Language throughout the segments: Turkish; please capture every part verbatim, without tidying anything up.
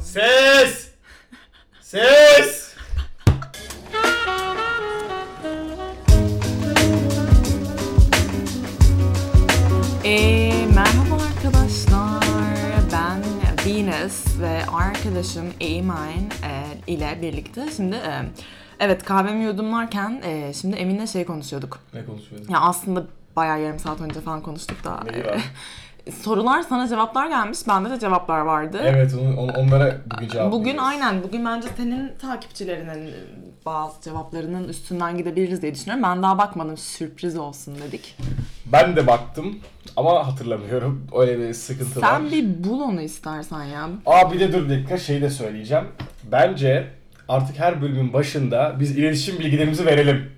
Ses! Ses! Ee, merhaba arkadaşlar, ben Venus ve arkadaşım Eymen e, ile birlikte şimdi e, evet kahvemi yudumlarken e, şimdi Emin'le şey konuşuyorduk. Ne konuşuyorduk? Ya aslında bayağı yarım saat önce falan konuştuk da. Neyi var? E, sorular sana cevaplar gelmiş, bende de cevaplar vardı. Evet, on, on, onlara bugün cevap Bugün vereceğiz. aynen, bugün bence senin takipçilerinin bazı cevaplarının üstünden gidebiliriz diye düşünüyorum. Ben daha bakmadım, sürpriz olsun dedik. Ben de baktım ama hatırlamıyorum. Öyle bir sıkıntı var. Sen bir bul onu istersen ya. Aa bir de dur bir dakika şey de söyleyeceğim. Bence artık her bölümün başında biz iletişim bilgilerimizi verelim.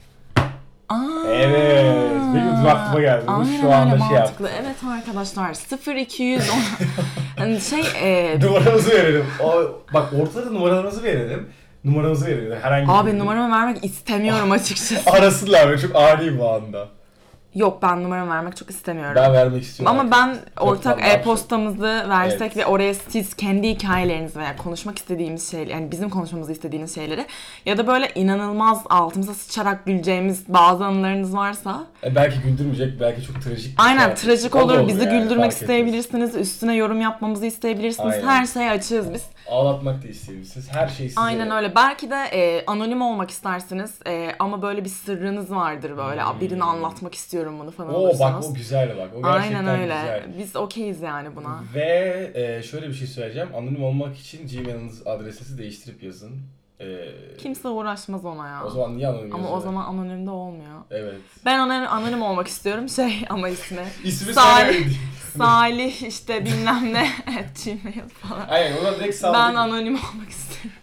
Aa, Evet. Benim aklıma geldi. Bu aynen şu anda öyle şey mantıklı. yaptı. Evet arkadaşlar sıfır iki yüz on hani şey e, Numaramızı verelim. O, bak ortada numaramızı verelim. Numaramızı verelim. Herhangi abi bir... numaramı vermek istemiyorum açıkçası. Arasınlar böyle çok ani bu anda. Yok, ben numaramı vermek çok istemiyorum. Ben vermek istiyorum. Ama ben ortak fazla e-postamızı versek Evet. ve oraya siz kendi hikayelerinizi veya konuşmak istediğimiz şeyleri, yani bizim konuşmamızı istediğiniz şeyleri ya da böyle inanılmaz altımıza sıçarak güleceğimiz bazı anılarınız varsa. E belki güldürmeyecek, belki çok trajik. Aynen şey. trajik O da olur, bizi yani, güldürmek fark isteyebilirsiniz, üstüne yorum yapmamızı isteyebilirsiniz. Aynen. Her şeye açığız biz. etmez. Ağlatmak da isteyebilirsiniz. Her şey size. Aynen öyle. Belki de e, anonim olmak istersiniz e, ama böyle bir sırrınız vardır böyle. Hmm. Birine anlatmak istiyorum bunu falan Oo olursanız. bak o güzel bak. O gerçekten Aynen öyle. güzel. Biz okeyiz yani buna. Ve e, şöyle bir şey söyleyeceğim. Anonim olmak için Gmail'iniz adresinizi değiştirip yazın. E, Kimse uğraşmaz ona ya. O zaman niye anonim Ama yazıyorlar? o zaman anonimde olmuyor. Evet. Ben anonim, anonim olmak istiyorum şey ama ismi. İsmi Salih, Salih. Salih işte bilmem ne at gmail falan. Aynen ona direkt Salih. Ben anonim olmak istiyorum.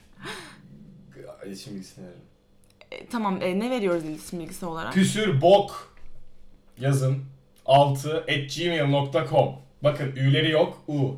İletişim bilgisini veririm. E, tamam e, ne veriyoruz iletişim bilgisi olarak? Püsür bok yazın. altı at gmail nokta com. Bakın ü'leri yok. U.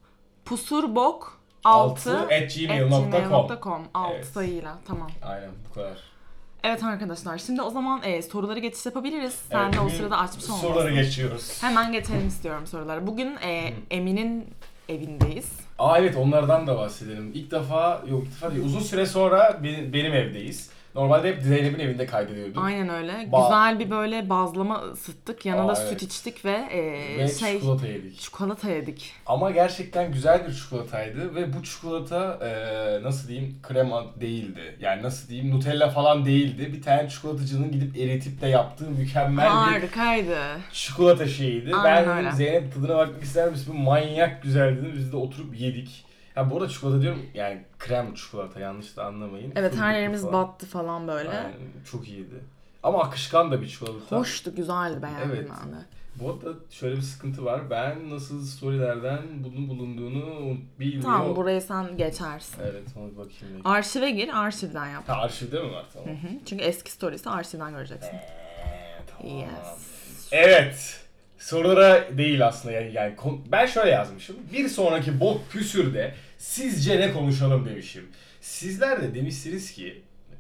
Pusurbok altı altı at gmail nokta com. altı Evet. sayıyla tamam. Aynen bu kadar. Evet arkadaşlar şimdi o zaman e, soruları geçiş yapabiliriz. Sen Evet, de o bugün sırada açmış olmalısın. Soruları geçiyoruz. Hemen geçelim istiyorum soruları. Bugün e, Emin'in evindeyiz. Aa evet onlardan da bahsedelim. İlk defa, yok ilk defa değil. Uzun süre sonra benim, benim evdeyiz. Normalde hep Zeynep'in evinde kaydediyorduk. Aynen öyle. Ba- Güzel bir böyle bazlama ısıttık. Yanında Aa, süt evet. içtik ve, e, Ve şey çikolata yedik. çikolata yedik. Ama gerçekten güzel bir çikolataydı ve bu çikolata e, nasıl diyeyim krema değildi. Yani nasıl diyeyim Nutella falan değildi. Bir tane çikolatacının gidip eritip de yaptığı mükemmel bir Harikaydı. çikolata şeyiydi. Aynen Ben öyle. dedim Zeynep tadına bakmak ister misin? Bu manyak güzel dedim. Biz de oturup yedik. Ya bu arada çikolata diyorum yani krem çikolata yanlış da anlamayın. Evet her Fındıklı yerimiz falan. battı falan böyle. Aynen, çok iyiydi. Ama akışkan da bir çikolata. Hoştu, güzeldi, beğendim Evet. ben de. Bu arada şöyle bir sıkıntı var. Ben nasıl storylerden bunun bulunduğunu bilmiyorum. Tamam, burayı sen geçersin. Evet ona bir bakayım. Belki. Arşive gir, arşivden yap. Ha arşivde mi var? Tamam. Hı hı. Çünkü eski storiesi arşivden göreceksin. Eee, tamam. Yes. Evet. Sorulara değil aslında yani, yani kon- ben şöyle yazmışım. Bir sonraki bok püsürde sizce ne konuşalım demişim. Sizler de demişsiniz ki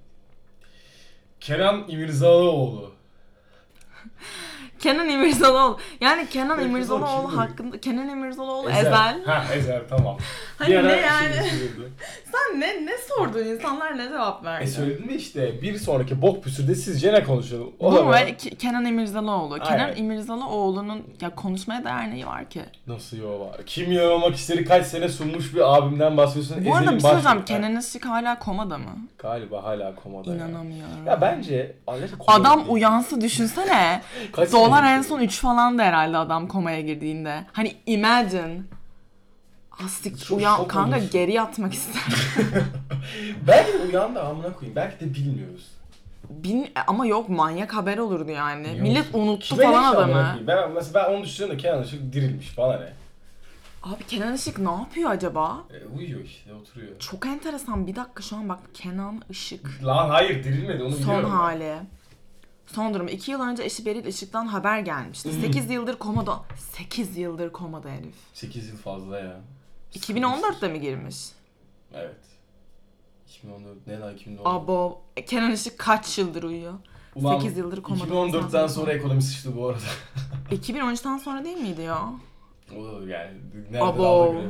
Kenan İmirzalıoğlu. Kenan İmirzalıoğlu. Yani Kenan Peki, İmirzalıoğlu kim hakkında Kenan İmirzalıoğlu Ezel. Ha Ezel tamam. Hani Bir ara ne şey yani? düşünüyordu. Sen ne ne sordun, insanlar ne cevap verdi? E söyledim ya işte bir sonraki bok püsürde sizce ne konuşalım? O Bu da ve ben- Ke- Kenan İmirzalıoğlu. Aynen. Kenan İmirzalıoğlu'nun ya konuşmaya değer neyi var ki? Nasıl yo var? Kim yorulmak istedi kaç sene sunmuş bir abimden bahsediyorsun. Bu arada bir Ezel'in şey söyleyeceğim. baş- Kenan Işık hala komada mı? Galiba hala komada. ya. İnanamıyorum. Ya bence ailece komada Adam değil. uyansa düşünsene. Kaç Dolar sene en geçti? son üç falan da herhalde adam komaya girdiğinde. Hani imagine. Astik Çok uyan şok kanka olursun. geri yatmak ister. Belki uyandı amına koyayım. Belki de bilmiyoruz. Bin, ama yok manyak haber olurdu yani. Niye Millet olsun? unuttu Kime falan ne şu amına adamı. koyayım? Ben mesela ben onu düşünüyorum da Kenan Işık dirilmiş falan ne? Abi Kenan Işık ne yapıyor acaba? E, uyuyor işte oturuyor. Çok enteresan. Bir dakika şu an bak Kenan Işık. Lan hayır dirilmedi onu Son biliyorum. ben. hali. Son durum. iki yıl önce eşi Beril Işık'tan haber gelmişti. sekiz yıldır komada. sekiz yıldır komada herif. sekiz yıl fazla ya. iki bin on dörtte mi girmiş? Evet. iki bin on dört ne lan iki bin on dört? Abo. E, Kenan Işık kaç yıldır uyuyor? Ulan, sekiz yıldır komada. iki bin on dörtten sonra ekonomi sıçtı bu arada. iki bin on üçten sonra değil miydi ya? O yani nereden Abo. aldı göre.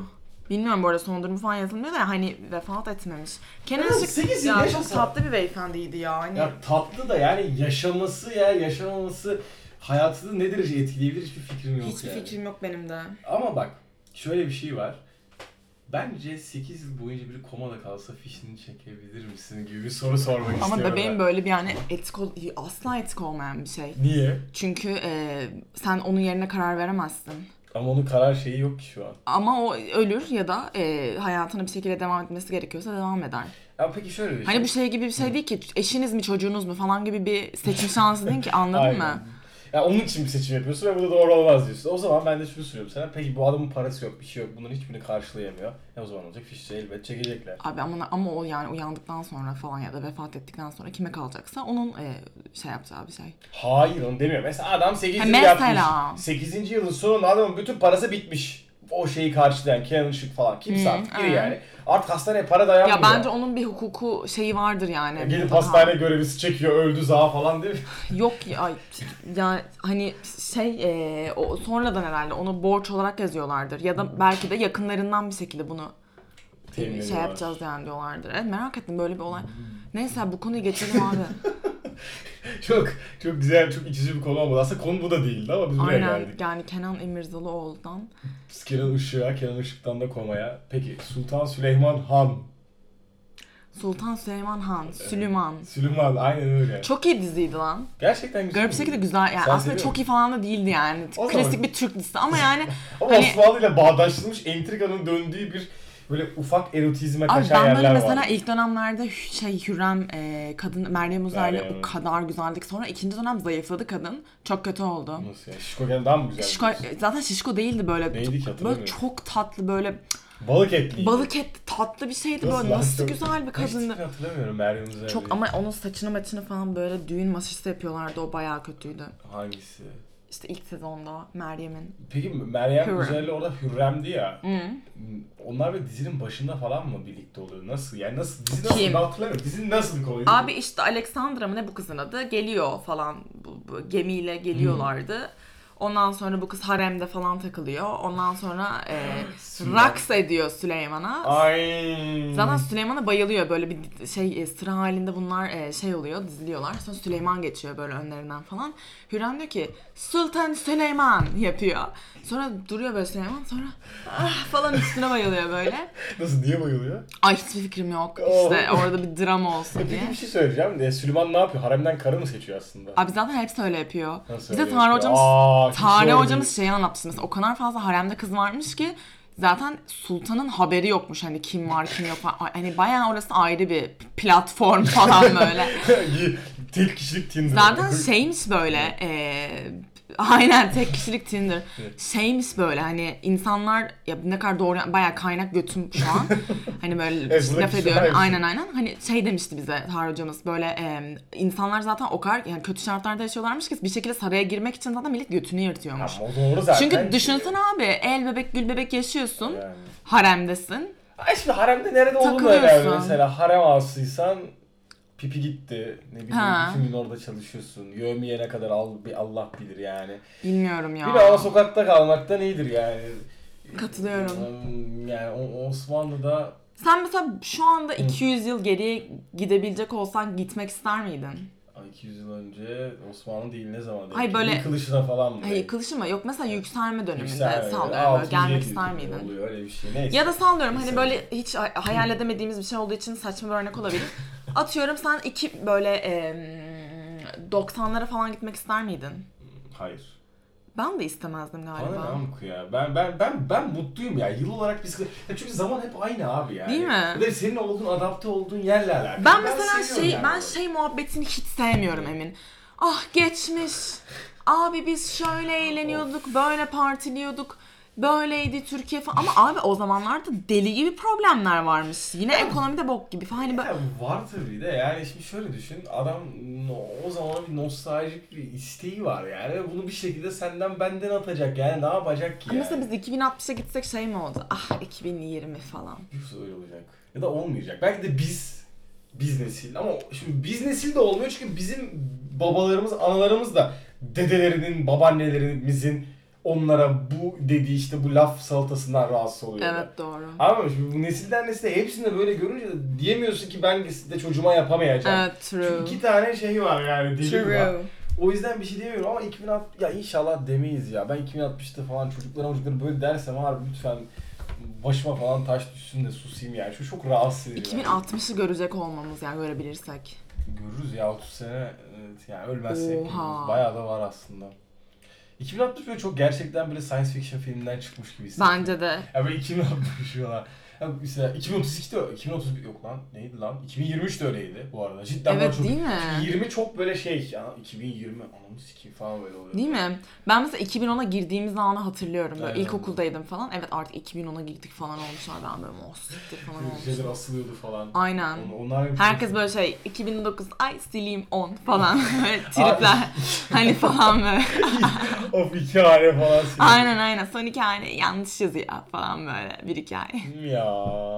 Bilmiyorum bu arada son durumu falan yazılmıyor da hani vefat etmemiş. Kenan Evet, Işık sekiz yıl ya yaşasa- çok tatlı bir beyefendiydi ya. Hani... Ya tatlı da yani yaşaması ya yaşamaması hayatını ne derece etkileyebilir hiçbir fikrim yok Hiçbir yani. fikrim yok benim de. Ama bak şöyle bir şey var. Bence sekiz yıl boyunca biri komada kalsa fişini çekebilir misin gibi bir soru sormak Ama istiyorum. bebeğim ben. böyle bir yani etik ol- asla etik olmayan bir şey. Niye? Çünkü e, sen onun yerine karar veremezsin. Ama onun karar şeyi yok ki şu an. Ama o ölür ya da e, hayatına bir şekilde devam etmesi gerekiyorsa devam eder. Ya peki şöyle bir şey. Hani bu şey gibi bir şey değil ki eşiniz mi çocuğunuz mu falan gibi bir seçim şansı değil ki, anladın Aynen. mı? Ya onun için bir seçim yapıyorsun ve bu da doğru olmaz diyorsun. O zaman ben de şunu soruyorum sana. Peki bu adamın parası yok, bir şey yok. Bunların hiçbirini karşılayamıyor. E o zaman olacak fişi elbet çekecekler. Abi ama ama o yani uyandıktan sonra falan ya da vefat ettikten sonra kime kalacaksa onun e, şey yapacağı bir şey. Hayır onu demiyorum. Mesela adam sekiz Ha, yıl mesela. yapmış. sekizinci yılın sonunda adamın bütün parası bitmiş. O şeyi karşılayan Kenan Işık falan. Kimse Hmm, artık biri evet. yani. Artık hastaneye para dayanmıyor. Ya bence onun bir hukuku şeyi vardır yani. Ya gelip mutlaka. hastane görevlisi çekiyor öldü za falan değil mi? Yok ya, ya hani şey e, o sonradan herhalde onu borç olarak yazıyorlardır ya da belki de yakınlarından bir şekilde bunu Temin şey ediyorlar. yapacağız yani diyorlardır. Evet, merak ettim böyle bir olay. Neyse bu konuyu geçelim abi. Çok çok güzel, çok içici bir konu olmadı. Aslında konu bu da değildi ama biz buraya Aynen geldik. yani Kenan İmirzalıoğlu'dan. Kenan Işık'a, Kenan Işık'tan da komaya. Peki Sultan Süleyman Han. Sultan Süleyman Han, Süleyman. Süleyman aynen öyle. Çok iyi diziydi lan. Gerçekten güzel. Garip bir şekilde güzel yani Sen aslında seviyor çok musun? iyi falan da değildi yani. O Klasik zaman- bir Türk dizisi ama yani Ama hani- Osmanlı ile bağdaşlanmış entrikanın döndüğü bir böyle ufak erotizme abi kaçan ben böyle yerler mesela var. ilk dönemlerde hü- şey Hürrem e, kadın Meryem Uzer'le Meryem. o kadar güzeldi ki sonra ikinci dönem zayıfladı kadın. Çok kötü oldu. Nasıl ya? Şişko gene daha mı güzel? Şişko, zaten şişko değildi böyle. Neydi ki, hatırlamıyorum. Böyle çok tatlı böyle Balık etliydi. balık etli tatlı bir şeydi Nasıl böyle. lan? Nasıl Çok- güzel bir kadındı. Hiç hatırlamıyorum Meryem Uzer'i. Çok ama onun saçını maçını falan böyle düğün masajı yapıyorlardı, o bayağı kötüydü. Hangisi? İşte ilk sezonda Meryem'in. Peki Meryem Hürrem. Uzer'le orada Hürrem'di ya. Hı. Onlar böyle dizinin başında falan mı birlikte oluyor? Nasıl? Yani nasıl? Dizi nasıl? Kim? Ben hatırlamıyorum. Dizinin nasıl bir konuydu? Abi işte Alexandra mı ne bu kızın adı? Geliyor falan bu, bu gemiyle geliyorlardı. Ondan sonra bu kız haremde falan takılıyor. Ondan sonra e, Süleyman. raks ediyor Süleyman'a. Ay. Zaten Süleyman'a bayılıyor, böyle bir şey e, sıra halinde bunlar e, şey oluyor, diziliyorlar. Sonra Süleyman geçiyor böyle önlerinden falan. Hürrem diyor ki Sultan Süleyman yapıyor. Sonra duruyor böyle Süleyman, sonra ah falan üstüne bayılıyor böyle. Nasıl? Niye bayılıyor? Ay hiçbir fikrim yok. Oh. İşte orada bir drama olsun E diye. peki bir şey söyleyeceğim de Süleyman ne yapıyor? Haremden karı mı seçiyor aslında? Abi zaten hepsi öyle yapıyor. Nasıl Bize öyle Tanrı yapıyor? hocamız Aa, hiç Tanrı öyle hocamız değil. şeyi anlatmıştı mesela, o kadar fazla haremde kız varmış ki zaten sultanın haberi yokmuş hani kim var kim yok falan. Hani bayağı orası ayrı bir platform falan böyle. Tek kişilik Tinder. Zaten şeymiş böyle e, aynen tek kişilik Tinder. Evet. Şeymiş böyle hani insanlar ya ne kadar doğru, bayağı kaynak götüm şu an. Hani böyle Evet, buradaki laf şey ediyorum. aynısı. Aynen aynen. Hani şey demişti bize Tanrı hocamız böyle e, insanlar zaten o kadar yani kötü şartlarda yaşıyorlarmış ki bir şekilde saraya girmek için zaten millet götünü yırtıyormuş. Ama o doğru zaten. Çünkü düşünsene abi, el bebek gül bebek yaşıyorsun. Yani. Haremdesin. Ay şimdi haremde nerede olduğunu Takılıyorsun. önemli. Mesela harem ağasıysan pipi gitti. Ne bileyim Ha. bütün gün orada çalışıyorsun. Yövmeyene kadar al, bir Allah bilir yani. Bilmiyorum ya. Bir de ama sokakta kalmaktan iyidir yani. Katılıyorum. Yani o- Osmanlı'da Sen mesela şu anda iki yüz yıl geriye gidebilecek olsan gitmek ister miydin? ay iki yüz yıl önce Osmanlı değil ne zaman? Hayır, böyle- Yıkılışına falan mı? Hayır, yıkılışı mı? Yok mesela yükselme döneminde Yükselme, sallıyorum böyle altı gelmek yedi ister gibi miydin? Oluyor öyle bir şey. Neyse. Ya da sallıyorum hani Neyse. böyle hiç hay- hayal edemediğimiz bir şey olduğu için saçma bir örnek olabilir. Atıyorum sen iki böyle em, doksanlara falan gitmek ister miydin? Hayır. Ben de istemezdim Bana galiba. ne amk ya? Ben ben ben ben mutluyum ya. Yıl olarak biz ya çünkü zaman hep aynı abi yani. Değil mi? Ve senin olduğun, adapte olduğun yerle alakalı. Ben mesela seviyorum şey yani ben böyle. şey muhabbetini hiç sevmiyorum Emin. Ah geçmiş. Abi biz şöyle eğleniyorduk, böyle partiliyorduk. Böyleydi Türkiye falan. Ama abi o zamanlarda deli gibi problemler varmış. Yine ekonomide bok gibi falan. Hani böyle... Ya var tabii de yani şimdi şöyle düşün, adam no- o zaman bir nostaljik bir isteği var yani ve bunu bir şekilde senden benden atacak yani ne yapacak ki Ama yani? mesela biz iki bin altmışa gitsek şey mi oldu? Ah iki bin yirmi falan. Yoksa öyle olacak ya da olmayacak. Belki de biz biz nesil ama şimdi biz nesil de olmuyor çünkü bizim babalarımız, analarımız da dedelerinin, babaannelerimizin onlara bu dediği işte bu laf salatasından rahatsız oluyorlar. Evet doğru. Ama şimdi bu nesilden nesile hepsini de böyle görünce de diyemiyorsun ki ben de çocuğuma yapamayacağım. Evet true. Çünkü iki tane şey var yani deli True. var. O yüzden bir şey diyemiyorum ama iki bin altmış ya inşallah demeyiz ya. Ben iki bin altmışta falan çocuklara çocuklara böyle dersem abi lütfen başıma falan taş düşsün de susayım yani. Şu çok rahatsız edici. iki bin altmışı görecek olmamız yani görebilirsek. Görürüz ya otuz sene evet, yani ölmezsek Oha. görürüz. Bayağı da var aslında. iki bin altmış böyle çok gerçekten böyle science fiction filminden çıkmış gibi hissediyorum. Bence de. Ya böyle iki bin altmış falan. Ya mesela iki bin otuz iki de iki bin otuz bir yok lan. Neydi lan? iki bin yirmi üç de öyleydi bu arada. Cidden Evet çok, değil mi? iki bin yirmi çok böyle şey ya iki bin yirmi anamı sikeyim falan böyle oluyor. Değil mi? Ben mesela iki bin ona girdiğimiz anı hatırlıyorum. Böyle Aynen. ilkokuldaydım falan. Evet artık iki bin ona girdik falan olmuşlar. Ben böyle oh siktir falan Şeyler olmuştum. asılıyordu falan. Aynen. On, onlar Herkes böyle şey iki bin dokuz ay sileyim on falan böyle tripler hani falan böyle. Of iki hane falan sildim. Aynen aynen son iki hane yanlış yazıyor falan böyle bir iki ay. Ya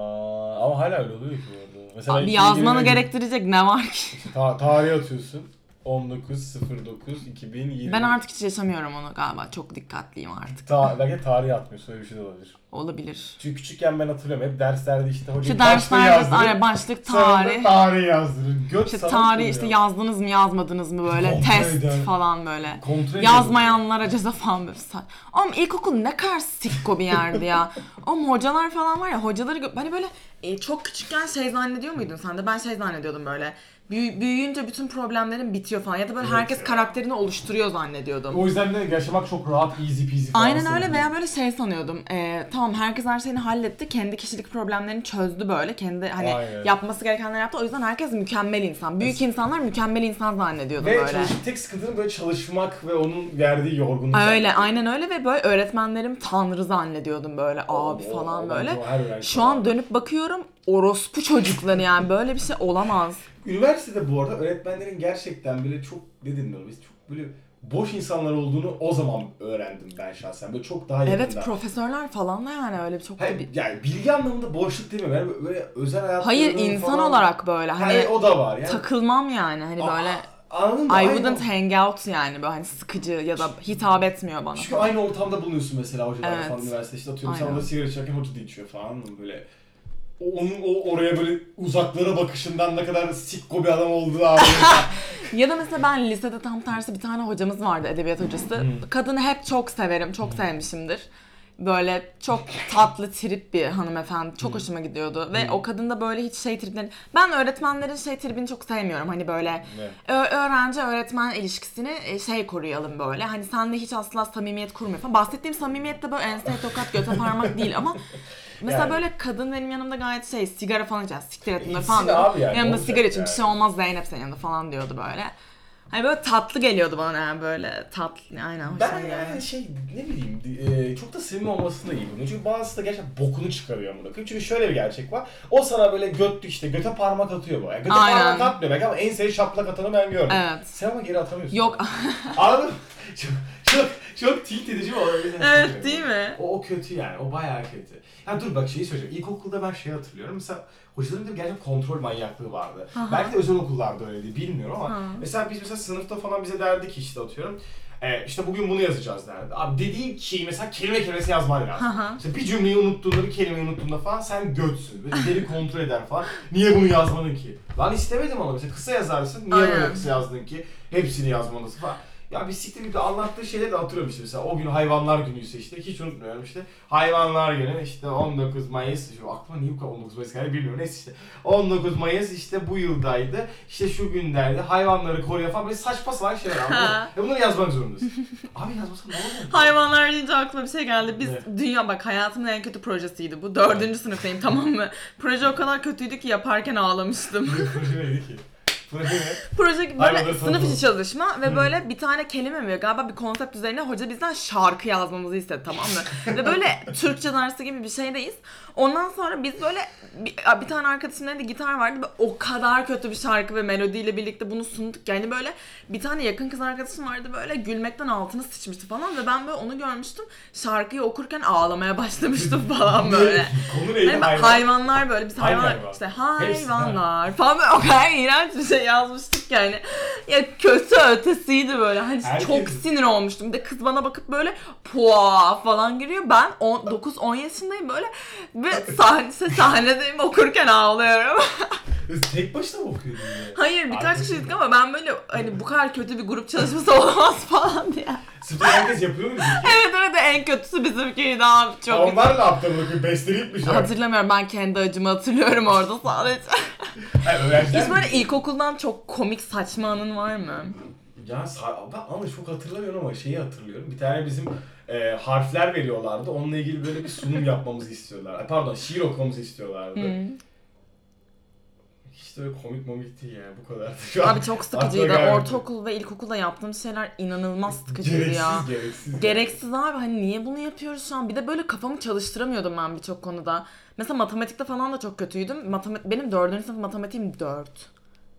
ama hala öyle oluyor ki bu arada. Mesela Abi iki bin yazmanı yirmi gerektirecek ne var ki? Ta- tarih atıyorsun. on dokuz sıfır dokuz iki bin yirmi. Ben artık hiç yaşamıyorum onu galiba. Çok dikkatliyim artık. Ta- belki tarih atmıyorsun öyle bir şey de olabilir. Olabilir. Çünkü küçükken ben hatırlıyorum hep derslerde işte hoca İşte başlığı derslerde yazdırır. aynen başlık Sonra tarih. tarih yazdırır. Göt İşte sanat tarih oluyor. işte yazdınız mı yazmadınız mı böyle Kontrol test eder. falan böyle. Kontrol Yazmayanlara ceza falan böyle. Ama ilkokul ne kadar sikko bir yerdi ya. Ama hocalar falan var ya hocaları gö- hani böyle e, çok küçükken şey zannediyor muydun sen de? Ben şey zannediyordum böyle. Büyü- büyüyünce bütün problemlerin bitiyor falan ya da böyle Evet herkes ya. karakterini oluşturuyor zannediyordum. O yüzden de yaşamak çok rahat, easy peasy falan. Aynen öyle sanırım. veya böyle şey sanıyordum. Ee, tamam herkes her şeyini halletti. Kendi kişilik problemlerini çözdü böyle. Kendi hani Aynen. yapması gerekenleri yaptı. O yüzden herkes mükemmel insan. Büyük insanlar mükemmel insan zannediyordum Ve böyle. çalış- tek sıkıntının böyle çalışmak ve onun verdiği yorgunluk. Öyle aynen öyle ve böyle öğretmenlerim tanrı zannediyordum böyle abi Oo, falan o böyle. bence o her öğrenci Şu var. an dönüp bakıyorum orospu çocukları yani böyle bir şey olamaz. Üniversitede bu arada öğretmenlerin gerçekten böyle çok ne denir biz çok böyle boş insanlar olduğunu o zaman öğrendim ben şahsen. Böyle çok daha yakında. Evet profesörler falan da yani öyle bir çok da Hayır, bir... yani bilgi anlamında boşluk değil mi? Yani böyle özel hayatlarının Hayır insan falan... olarak böyle hani Hayır, o da var yani. takılmam yani hani Aa, böyle... Anladın mı? I Aynı- wouldn't hang out yani böyle hani sıkıcı ya da hitap etmiyor bana. Çünkü aynı ortamda bulunuyorsun mesela hocalar Evet. falan üniversite işte atıyorum sen Aynen. orada sigara içerken hoca da içiyor falan mı böyle. O- Onun o oraya böyle uzaklara bakışından ne kadar sikko bir adam olduğu abi. Ya da mesela ben lisede tam tersi bir tane hocamız vardı edebiyat hocası. Kadını hep çok severim, çok sevmişimdir. Böyle çok tatlı trip bir hanımefendi. Çok hoşuma gidiyordu. Ve o kadın da böyle hiç şey tripleri... Ben öğretmenlerin şey tribini çok sevmiyorum. Hani böyle ö- öğrenci öğretmen ilişkisini e, şey koruyalım böyle. Hani senle hiç asla samimiyet kurmuyor falan. Bahsettiğim samimiyet de böyle enseye tokat göte parmak değil ama... Mesela Yani. böyle kadın benim yanımda gayet şey sigara falan içer, siktir et bunları İçsin falan diyordu. abi yani, Yanımda olacak sigara için yani. bir şey olmaz Zeynep senin yanında falan diyordu böyle. Hani böyle tatlı geliyordu bana yani böyle tatlı aynen hoşuma Ben gidiyor. yani şey ne bileyim e, çok da samimi olmasını da iyi buluyorum. Çünkü bazısı da gerçekten bokunu çıkarıyor amına koyayım. Çünkü şöyle bir gerçek var. O sana böyle göt işte göte parmak atıyor bu. Yani göte Aynen. parmak atmıyor belki ama enseye şaplak atanı ben gördüm. Evet. Sen ama geri atamıyorsun. Yok. Anladın mı? Çok, çok, çok tilt edici bir olay. Evet değil mi? O, o kötü yani. O bayağı kötü. Ya dur bak şeyi söyleyeceğim. İlkokulda ben şeyi hatırlıyorum. Mesela hocaların da gerçekten kontrol manyaklığı vardı. Aha. Belki de özel okullarda öyleydi bilmiyorum ama Ha. mesela biz mesela sınıfta falan bize derdi ki işte atıyorum. E, işte bugün bunu yazacağız derdi. Abi dediğin şeyi mesela kelime kelimesi yazman lazım. Aha. İşte bir cümleyi unuttuğunda, bir kelimeyi unuttuğunda falan sen götsün. Böyle seni kontrol eder falan. Niye bunu yazmadın ki? Lan istemedim ama mesela kısa yazarsın. Niye Aynen. böyle kısa yazdın ki? Hepsini yazmalısın falan. Ya bir siktir gibi anlattığı şeyleri de hatırlıyorum işte mesela o gün hayvanlar günüyse işte hiç unutmuyorum işte hayvanlar günü işte on dokuz Mayıs şu aklıma niye bu kadar on dokuz Mayıs geldi bilmiyorum neyse işte on dokuz Mayıs işte bu yıldaydı işte şu günlerde hayvanları koruyor falan böyle saçma sapan şeyler anladın mı? Ve bunları yazmak zorundasın. Abi yazmasan ne olur? Hayvanlar deyince aklıma bir şey geldi. Biz Evet. dünya bak hayatımın en kötü projesiydi bu. Dördüncü sınıftayım tamam mı? Proje o kadar kötüydü ki yaparken ağlamıştım. Proje neydi ki? Proje ne? Proje gibi böyle Hayvanları sınıf tanıtalım. içi çalışma ve böyle bir tane kelime mi galiba bir konsept üzerine hoca bizden şarkı yazmamızı istedi tamam mı? Ve böyle Türkçe dersi gibi bir şeydeyiz. Ondan sonra biz böyle bir, bir tane arkadaşımın elinde gitar vardı ve o kadar kötü bir şarkı ve melodiyle birlikte bunu sunduk. Yani böyle bir tane yakın kız arkadaşım vardı böyle gülmekten altına sıçmıştı falan ve ben böyle onu görmüştüm. Şarkıyı okurken ağlamaya başlamıştım falan böyle. Konu neydi? Hani ben- hayvanlar böyle biz Hangi hayvanlar hayvan? işte Hepsi, hayvanlar falan böyle o kadar iğrenç bir şey yazmıştık yani. Ya kötü ötesiydi böyle. Hani Herkes- çok sinir olmuştum. Bir de kız bana bakıp böyle pua falan giriyor. Ben dokuz on yaşındayım böyle ve sahne, sahnedeyim okurken ağlıyorum. Tek başına mı okuyordun ya? Hayır birkaç Arkadaşım kişiydik mı? ama ben böyle hani bu kadar kötü bir grup çalışması olamaz falan diye. Sınıfta herkes yapıyor muydu peki? Evet evet en kötüsü bizimkiydi abi çok. Onlar ne yaptı bunu? Besteleyip mi? Hatırlamıyorum ben kendi acımı hatırlıyorum orada sadece. Hayır, öğrenciler Hiç böyle ilkokuldan çok komik saçma anın var mı? Ya sa- ben ama çok hatırlamıyorum ama şeyi hatırlıyorum. Bir tane bizim e, harfler veriyorlardı. Onunla ilgili böyle bir sunum yapmamızı istiyorlar. Pardon, şiir okumamızı istiyorlardı. Hı. Hiç de öyle komik momik değil yani bu kadar. Şu an Abi çok aklıma sıkıcıydı. gelmedi. Ortaokul ve ilkokulda yaptığım şeyler inanılmaz sıkıcıydı Gereksiz, ya. gereksiz. Gereksiz abi hani niye bunu yapıyoruz şu an? Bir de böyle kafamı çalıştıramıyordum ben birçok konuda. Mesela matematikte falan da çok kötüydüm. Matematik, benim dördüncü sınıf matematiğim dört.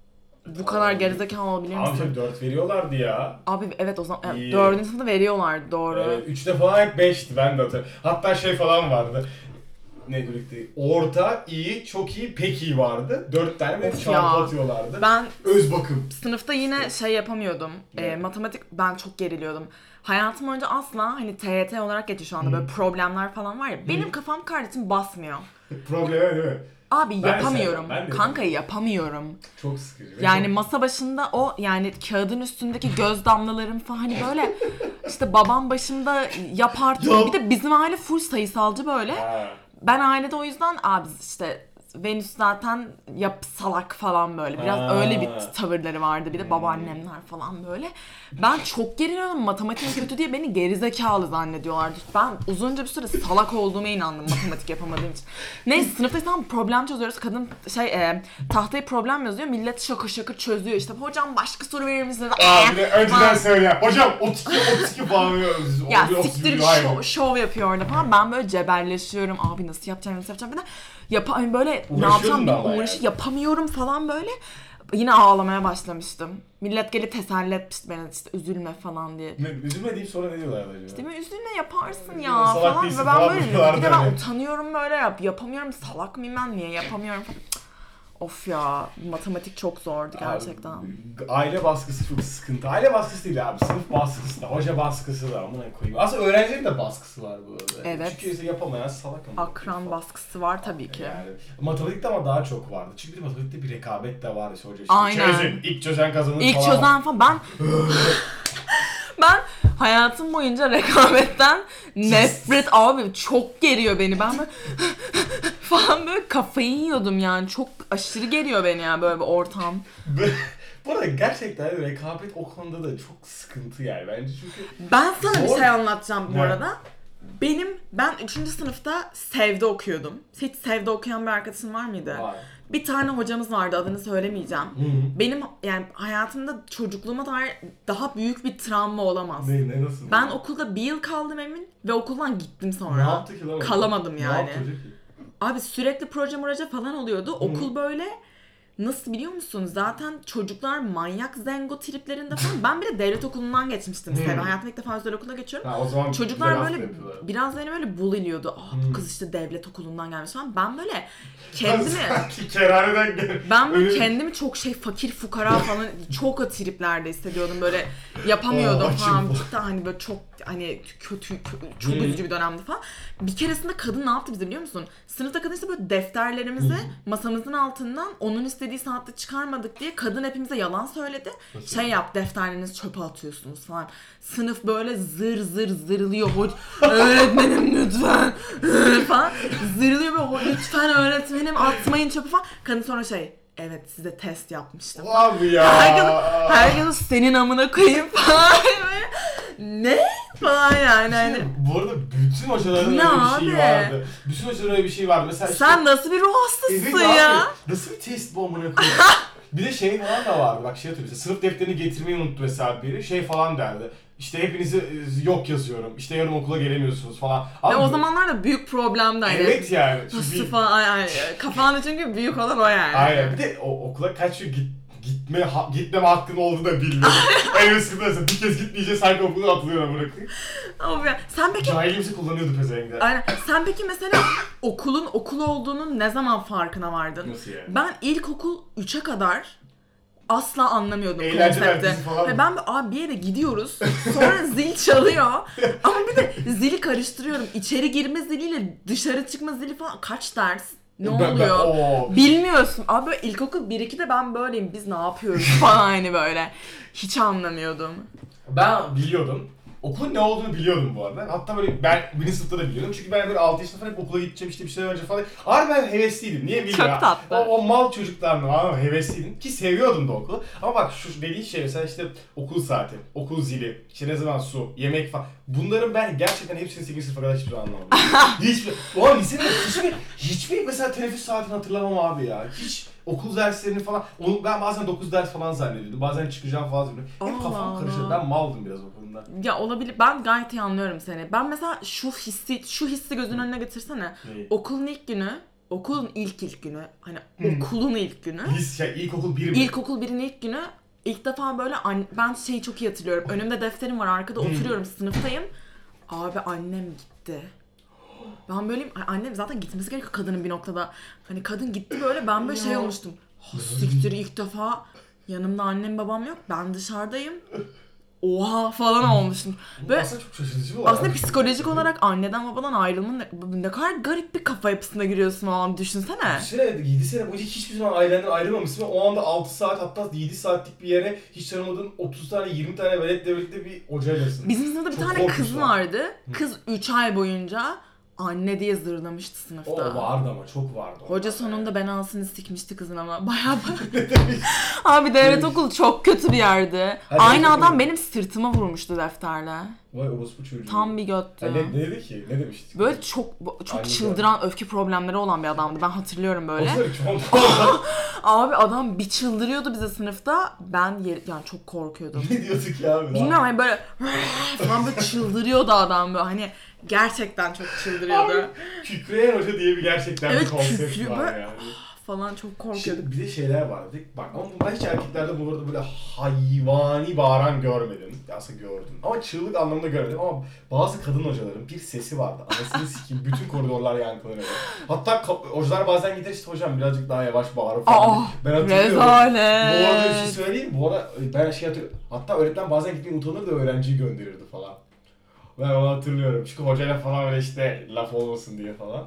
Bu kadar gerizekalı olabilir Ama misin? tabii dört veriyorlardı ya. Abi evet o zaman evet, İyi. dördüncü sınıfta veriyorlardı doğru. Evet, üçte falan hep beşti ben de hatırlıyorum. Hatta şey falan vardı. Ne birlikte? Orta, iyi, çok iyi, pek iyi vardı. Dört tane ve Of çarpı ya. atıyorlardı. Ben Öz bakım. sınıfta yine şey yapamıyordum. Ne? E, matematik ben çok geriliyordum. Hayatım boyunca asla hani T Y T olarak geçiyor şu anda böyle problemler falan var ya. Benim kafam kardeşim basmıyor. Problemi değil mi? Abi Ben de yapamıyorum. sevmem, ben de Kanka yapamıyorum. Çok sıkıcı. Yani Çok- masa başında o yani kağıdın üstündeki göz damlalarım falan hani böyle işte babam başımda yapar. Ya. Bir de bizim aile full sayısalcı böyle. Ha. Ben ailede o yüzden abi işte Venüs zaten yap salak falan böyle. Biraz Ha. öyle bir tavırları vardı. Bir de babaannemler falan böyle. Ben çok geriliyordum. Matematiğim kötü diye beni gerizekalı zannediyorlardı. Ben uzunca bir süre salak olduğuma inandım matematik yapamadığım için. Neyse sınıfta problem çözüyoruz. Kadın şey e, tahtaya problem yazıyor. Millet şakır şakır çözüyor. İşte hocam başka soru verir misiniz? Aa bir de önceden Falan. söyle. Hocam otuz iki otuz iki falan veriyoruz. Ya otuz bir siktir hayır. şov, şov yapıyor orada falan. Ben böyle cebelleşiyorum. Abi nasıl yapacağım, nasıl yapacağım? Bir de yap hani böyle ne Uğraşıyordun yapacağım da bilmiyorum. ama Uğraşı yani. yapamıyorum falan böyle. Yine ağlamaya başlamıştım. Millet gelip teselli etmişti beni işte üzülme falan diye. Ne, üzülme deyip sonra ne diyorlar acaba? Değil mi? Üzülme yaparsın Üzülme, ya salak falan. değilsin Ve ben falan böyle diyorlardı bir de ben hani. utanıyorum böyle yap. Yapamıyorum salak mıyım ben niye yapamıyorum falan. Cık. Of ya matematik çok zordu gerçekten. Abi, aile baskısı çok sıkıntı. Aile baskısı değil abi. Sınıf baskısı da, hoca baskısı da. Amına koyayım. Aslında öğrencilerin de baskısı var bu arada. Evet. Çünkü işte yapamayan salak ama. Akran baskısı var tabii ki. Yani matematikte ama daha çok vardı. Çünkü bir de matematikte bir rekabet de vardı. İşte hoca işte Aynen. çözün, ilk çözen kazanır İlk falan. çözen falan ben ben hayatım boyunca rekabetten nefret abi çok geriyor beni. Ben böyle falan böyle kafayı yiyordum yani. Çok aşırı geriyor beni yani böyle bir ortam. Bu arada gerçekten rekabet o konuda da çok sıkıntı yani bence çünkü Ben sana bir Zor. şey anlatacağım bu Ne? arada. Benim ben üçüncü sınıfta Sev'de okuyordum. Hiç Sev'de okuyan bir arkadaşın var mıydı? var. Bir tane hocamız vardı adını söylemeyeceğim. Hı hı. Benim yani hayatımda çocukluğuma dair daha büyük bir travma olamaz. Ne, ne nasıl? Ben okulda bir yıl kaldım emin ve okuldan gittim sonra. Ne yaptı ki lan? Kalamadım Ne yani. yaptı ki? Abi sürekli proje muraje falan oluyordu. Okul böyle nasıl biliyor musun? Zaten çocuklar manyak zengo triplerinde falan. Ben bir de devlet okulundan geçmiştim. Hı. Sen hayatımda ilk defa özel okula geçiyorum. Ha, o zaman Çocuklar biraz böyle da yapıyorlar. biraz beni böyle bullyliyordu. Aa Hmm. bu kız işte devlet okulundan gelmiş falan. Ben böyle kendimi Sanki kerhaneden gel. ben böyle Öyle- kendimi çok şey fakir fukara falan çok o triplerde hissediyordum böyle yapamıyordum Aa, falan. açım. Cidden hani böyle çok hani kötü, kö- çok Hmm. üzücü bir dönemdi falan. Bir keresinde kadın ne yaptı bize biliyor musun? Sınıfta kadın işte böyle defterlerimizi masamızın altından onun istediği saatte çıkarmadık diye kadın hepimize yalan söyledi. Nasıl? Şey yap defterlerinizi çöpe atıyorsunuz falan. Sınıf böyle zır zır zırlıyor. Hoc öğretmenim lütfen falan. Zırlıyor böyle lütfen öğretmenim atmayın çöpe falan. Kadın sonra şey evet size test yapmıştım. Abi ya. Herkes, herkes senin amına koyayım falan. Böyle, ne? Falan yani hani. Bu arada bütün hocaların Ne öyle bir şey abi? vardı. Bütün hocaların öyle bir şey vardı. Mesela işte- Sen nasıl bir ruh Evet hastasısın abi, ya? Nasıl bir test bu amına koyayım? Bir de şey falan da vardı. Bak şey hatırlıyorum. Sınıf defterini getirmeyi unuttu mesela biri. Şey falan derdi. İşte hepinizi e, yok yazıyorum. İşte yarın okula gelemiyorsunuz falan. Ve Abi, o zamanlar da büyük problemdi hani. evet yani. Çünkü Nasıl bir- falan ay, ay, kafanda çünkü büyük olan o yani. Aynen. Bir de o, okula kaç gün git, gitme ha, gitmeme hakkın olduğunu da bilmiyorum. En eskiden mesela bir kez gitmeyeceğiz sanki okula atılıyor amına koyayım. Of ya. Sen peki Cahilimizi kullanıyordu pezevenkler. aynen. Sen peki mesela okulun okul olduğunun ne zaman farkına vardın? Nasıl yani? Ben ilkokul üçe kadar asla anlamıyordum Eğlence konsepti. merkezi falan mı? Ve ben abi bir yere gidiyoruz. Sonra zil çalıyor. Ama bir de zili karıştırıyorum. İçeri girme ziliyle dışarı çıkma zili falan kaç ders? Ne Ben- ben- oluyor? Oo. Bilmiyorsun. Abi böyle ilkokul bir ikide ben böyleyim. Biz ne yapıyoruz falan hani böyle. Hiç anlamıyordum. Ben biliyordum. Okulun ne olduğunu biliyordum bu arada. Hatta böyle ben birinci sınıfta da biliyordum. Çünkü ben böyle altı yaşında falan hep okula gideceğim işte bir süre önce falan. Harbi ben hevesliydim. Niye bilmiyorum. Çok tatlı. O, o mal çocuklarla ama hevesliydim. Ki seviyordum da okulu. Ama bak şu dediğin şey mesela işte okul saati, okul zili, işte ne zaman su, yemek falan. Bunların ben gerçekten hepsini sekizinci sınıfa kadar hiçbir zaman anlamadım. hiçbir. Ulan lisede hiçbir, hiçbir mesela teneffüs saatini hatırlamam abi ya. Hiç okul derslerini falan. Onu ben bazen dokuz ders falan zannediyordum. Bazen çıkacağım falan zannediyordum. Hep Allah kafam Allah. karışırdı. Ben maldım biraz okulunda. Ya olabilir. Ben gayet iyi anlıyorum seni. Ben mesela şu hissi, şu hissi gözünün önüne getirsene. Neyi? Okulun ilk günü, okulun ilk ilk günü, hani Hmm. okulun ilk günü. Lis, şey, ilkokul bir mi? İlkokul birin ilk günü ilk defa böyle an- ben şeyi çok iyi hatırlıyorum. Önümde defterim var, arkada Hmm. oturuyorum, sınıftayım. Abi annem gitti. Ben böyleyim. Ay, annem zaten gitmesi gerekiyor kadının bir noktada. Hani kadın gitti böyle, ben böyle şey Ya. olmuştum. Ha siktir, ilk defa yanımda annem babam yok. Ben dışarıdayım. Oha falan olmuştum. Böyle Aslında çok şaşırtıcı bu. aslında psikolojik olarak anneden babadan ayrılmanın ne, ne kadar garip bir kafa yapısına giriyorsun o an, düşünsene. Sene yedi sene boyunca hiçbir zaman ailenden ayrılmamışsın ve o anda altı saat hatta yedi saatlik bir yere hiç tanımadığın otuz tane yirmi tane veletle birlikte bir hocaylasın. Bizim sınıfta bir Çok tane korkunç kız lan. vardı. Kız üç ay boyunca anne diye zırlamıştı O sınıfta. vardı ama çok vardı. Hoca onlar sonunda yani. belasını sikmişti kızın ama bayağı Abi devlet okulu çok kötü bir yerdi. Her Aynı devlet adam okulu- benim sırtıma vurmuştu defterle. Vay orospu çocuğu. Tam bir göttü. Ha, ne, ne dedi ki? Ne demişti? Böyle çok çok Anne çıldıran, öfke problemleri olan bir adamdı. Ben hatırlıyorum böyle. Böyle. Çok Abi adam bir çıldırıyordu bize sınıfta. Ben yer, yani çok korkuyordum. Ne diyorduk ya abi? Bilmiyorum hani böyle falan böyle çıldırıyordu adam böyle. Hani gerçekten çok çıldırıyordu. Abi, Kükreyen hoca diye bir gerçekten Evet, bir konsept kükrüyor var böyle. yani. Falan çok korkuyorduk. Şimdi bir de şeyler vardı. Bak ama ben hiç erkeklerde bu arada böyle hayvani bağıran görmedim. Aslında gördüm. Ama çığlık anlamında görmedim. Ama bazı kadın hocaların bir sesi vardı. Anasını sikeyim. Bütün koridorlar yankılanıyordu. Hatta ka- hocalar bazen gider işte hocam birazcık daha yavaş bağırın falan. Aa, ben hatırlıyorum. rezalet. Bu arada bir şey söyleyeyim mi? Bu arada ben şey hatırlıyorum. Hatta öğretmen bazen gitmeye utanır da öğrenciyi gönderirdi falan. Ben onu hatırlıyorum. Çünkü hocayla falan öyle işte laf olmasın diye falan.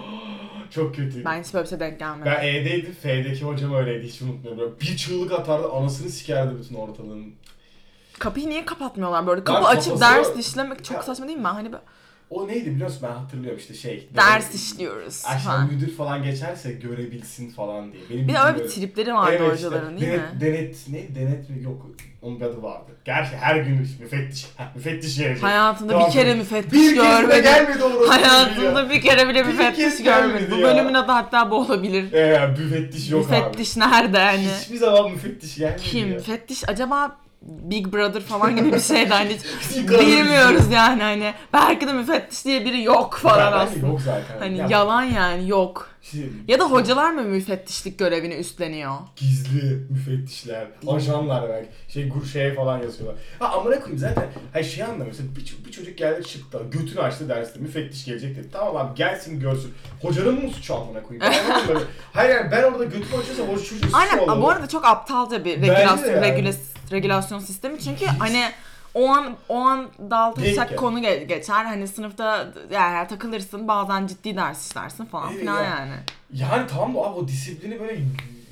Çok kötüydü. Ben hiç böyle bir şey denk gelmedim. Ben E'deydim, F'deki hocam öyleydi, hiç unutmuyorum. Böyle bir çığlık atardı, anasını sikerdi bütün ortalığın. Kapıyı niye kapatmıyorlar böyle? Kapı Ben açıp kafası- ders işlemek çok Ya- saçma değil mi? Ben hani böyle O neydi biliyor musun? Ben hatırlıyorum işte şey. ders böyle- işliyoruz Aşağı falan. müdür falan geçerse görebilsin falan diye. Benim Bir de bildiğim öyle bir böyle- tripleri vardı Evet hocaların işte, değil denet, mi? Denet, ne? Denet mi? Yok. Onun bir adı vardı. Gerçi her gün müfettiş, müfettiş gelecek. Hayatında Tamam. bir kere müfettiş Bir kez bile görmedim. gelmedi olur. Hayatında bir kere bile Bir müfettiş kez görmedim. gelmedi Bu ya. bölümün adı hatta bu olabilir. Eee müfettiş yok Müfettiş nerede abi. yani? Hiçbir zaman müfettiş gelmedi Kim? ya. Müfettiş acaba Big Brother falan gibi bir şeydi hani hiç Yıkanır bilmiyoruz yani hani. Belki de müfettiş diye biri yok falan Zaten aslında. Yok zaten. Hani Ya, yalan yani yok. şey- Ya da hocalar mı müfettişlik görevini üstleniyor? Gizli müfettişler, ajanlar belki şey gur şeye falan yazıyorlar. Ha amına koyayım zaten. Hayır şey anlamıyorsun. Bir, bir çocuk geldi çıktı, götünü açtı derste. Müfettiş gelecek dedi. Tamam abi gelsin görsün. Hocanın mı suçu amına koyayım? Ben anlamadım böyle. Hayır yani ben orada götümü açıyorsam o çocuğun suçu Aynen olmalı. bu arada çok aptalca bir Bence de regülasyon, yani. regülas- regülasyon sistemi çünkü hani o an o an Denk dağıtılacak yani. konu ge- geçer hani sınıfta yani takılırsın bazen ciddi ders işlersin falan Evet filan ya. yani. Yani tamam da abi o disiplini böyle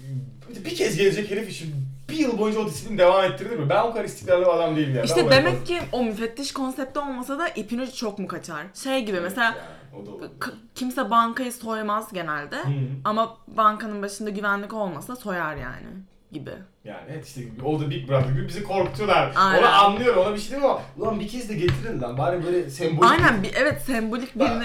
bir kez gelecek herif için bir yıl boyunca o disiplini devam ettirir mi? Ben o kadar istikrarlı bir adam değilim yani. Ben İşte o demek ki o müfettiş konsepti olmasa da ipin ucu çok mu kaçar? Şey gibi mesela Yani, o da olabilir. k- kimse bankayı soymaz genelde Hı. ama bankanın başında güvenlik olmasa soyar yani gibi. Yani evet işte o da Big Brother gibi bizi korkutuyorlar. Aynen. Onu anlıyorum, ona bir şey demiyorum ama ulan bir kez de getirin lan bari böyle sembolik. Aynen bir, evet sembolik birini.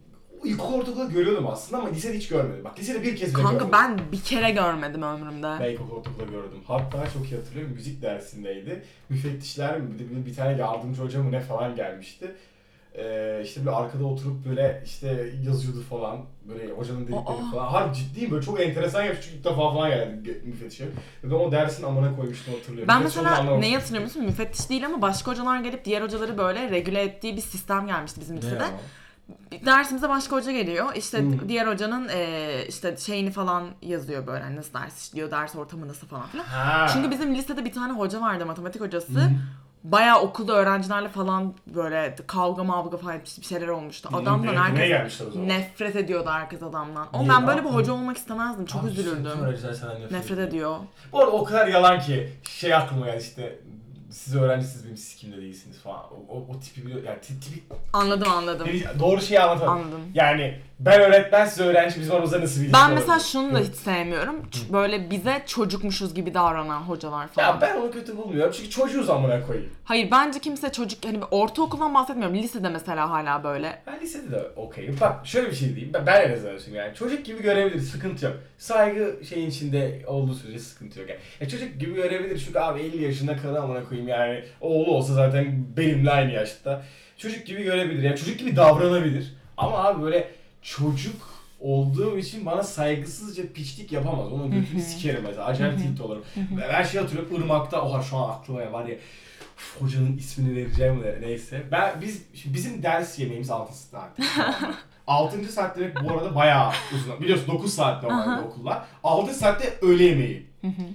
İlk ortaokulda görüyordum aslında ama lisede hiç görmedim. Bak lisede bir kez bile Kanka görmedim. ben bir kere görmedim ömrümde. Ben ilk ortaokulda gördüm. Hatta çok iyi hatırlıyorum müzik dersindeydi. Müfettişler mi bir, de bir, bir tane yardımcı hoca mı ne falan gelmişti. Ee, işte böyle arkada oturup böyle işte yazıyordu falan. Böyle hocanın dedikleri Aa. falan. Harbi ciddiyim böyle çok enteresan yapmış çünkü ilk defa falan geldi müfettişe. Ve ben o dersin amına koymuştum hatırlıyorum. Ben Müfettiş mesela olduğunu anlamamıştım. neyi hatırlıyor musun? Müfettiş değil ama başka hocalar gelip diğer hocaları böyle regüle ettiği bir sistem gelmişti bizim Ne lisede. ya? Dersimize başka hoca geliyor. İşte Hmm. diğer hocanın e, işte şeyini falan yazıyor böyle. Hani nasıl ders işliyor, ders ortamı nasıl falan filan. Ha. Çünkü bizim lisede bir tane hoca vardı, matematik hocası. Bayağı okulda öğrencilerle falan böyle kavga mavga falan bir şeyler olmuştu. Adamdan Dinlemeye herkes gelmişler o zaman. nefret ediyordu herkes adamdan. Ama Niye, ben ne böyle bir yaptın? hoca olmak istemezdim. Çok Abi, üzülürdüm. bütün öğrenciler senden nefret, Nefret ediyor. ediyor. Bu arada o kadar yalan ki şey aklıma geldi işte siz öğrencisiniz benim siz kimde değilsiniz falan. O, o, o tipi biliyor yani tip, tipi Anladım anladım. doğru şeyi anlatamadım. Anladım. Yani ben öğretmen siz öğrenci bizim aramızda nasıl bir Ben ilişki mesela olabilir? şunu da hiç sevmiyorum. Ç- Böyle bize çocukmuşuz gibi davranan hocalar falan. Ya ben onu kötü bulmuyorum çünkü çocuğuz amına koyayım. Hayır bence kimse çocuk hani ortaokuldan bahsetmiyorum. Lisede mesela hala böyle. Ben lisede de okeyim. Bak şöyle bir şey diyeyim. Ben, ben en azından söyleyeyim yani. Çocuk gibi görebilir. Sıkıntı yok. Saygı şeyin içinde olduğu sürece sıkıntı yok. Yani. Ya çocuk gibi görebilir. Çünkü abi elli yaşında karı amına koyayım yani. Oğlu olsa zaten benimle aynı yaşta. Çocuk gibi görebilir. Yani çocuk gibi davranabilir. Ama abi böyle çocuk olduğum için bana saygısızca piçlik yapamaz. Onun götünü sikerim mesela. Acayip tilt olurum. Ben şey hatırlıyorum. Irmak'ta. Oha şu an aklıma var ya. Uf, hocanın ismini vereceğim de neyse. Ben biz şimdi bizim ders yemeğimiz altı saat. altıncı saat demek bu arada bayağı uzun. Biliyorsun dokuz saat normalde okullar. altı saatte öğle yemeği.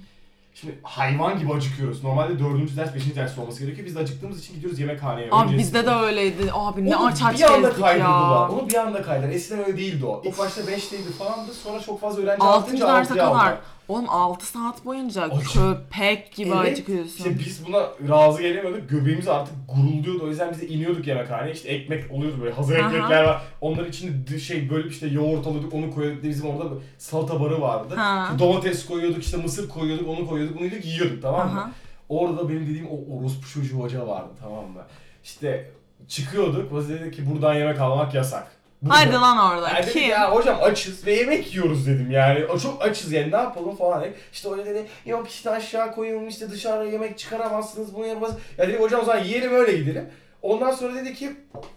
Şimdi hayvan gibi acıkıyoruz. Normalde dördüncü ders, beşinci ders olması gerekiyor. Biz de acıktığımız için gidiyoruz yemekhaneye. Abi Öncesinde. bizde de öyleydi. Abi ne Onu aç aç bir anda gezdik kaydırdılar. ya. Onu bir anda kaydırdılar. Eskiden öyle değildi o. İlk başta beşteydi falandı. Sonra çok fazla öğrenci altıncı artınca derse altıya kadar. aldılar. Oğlum altı saat boyunca Acı- köpek gibi Evet, acıkıyorsun. İşte biz buna razı gelemiyorduk. Göbeğimiz artık gurulduyordu. O yüzden biz de iniyorduk yemekhaneye. İşte ekmek oluyordu böyle. Hazır Aha. ekmekler var. Onların içinde şey bölüp işte yoğurt alıyorduk. Onu koyuyorduk. Bizim orada salata barı vardı. Ha. İşte domates koyuyorduk. işte mısır koyuyorduk. Onu koyuyorduk. Bunu yiyorduk. Yiyorduk tamam mı? Aha. Orada benim dediğim o orospu çocuğu hoca vardı tamam mı? İşte çıkıyorduk. O dedi ki buradan yemek almak yasak. Burada. Haydi lan orada. Yani dedim Kim? ya hocam açız ve yemek yiyoruz dedim yani. O çok açız yani ne yapalım falan dedik. İşte hoca dedi yok işte aşağı koyun işte dışarı yemek çıkaramazsınız bunu yapamazsınız. Ya dedim hocam o zaman yiyelim öyle gidelim. Ondan sonra dedi ki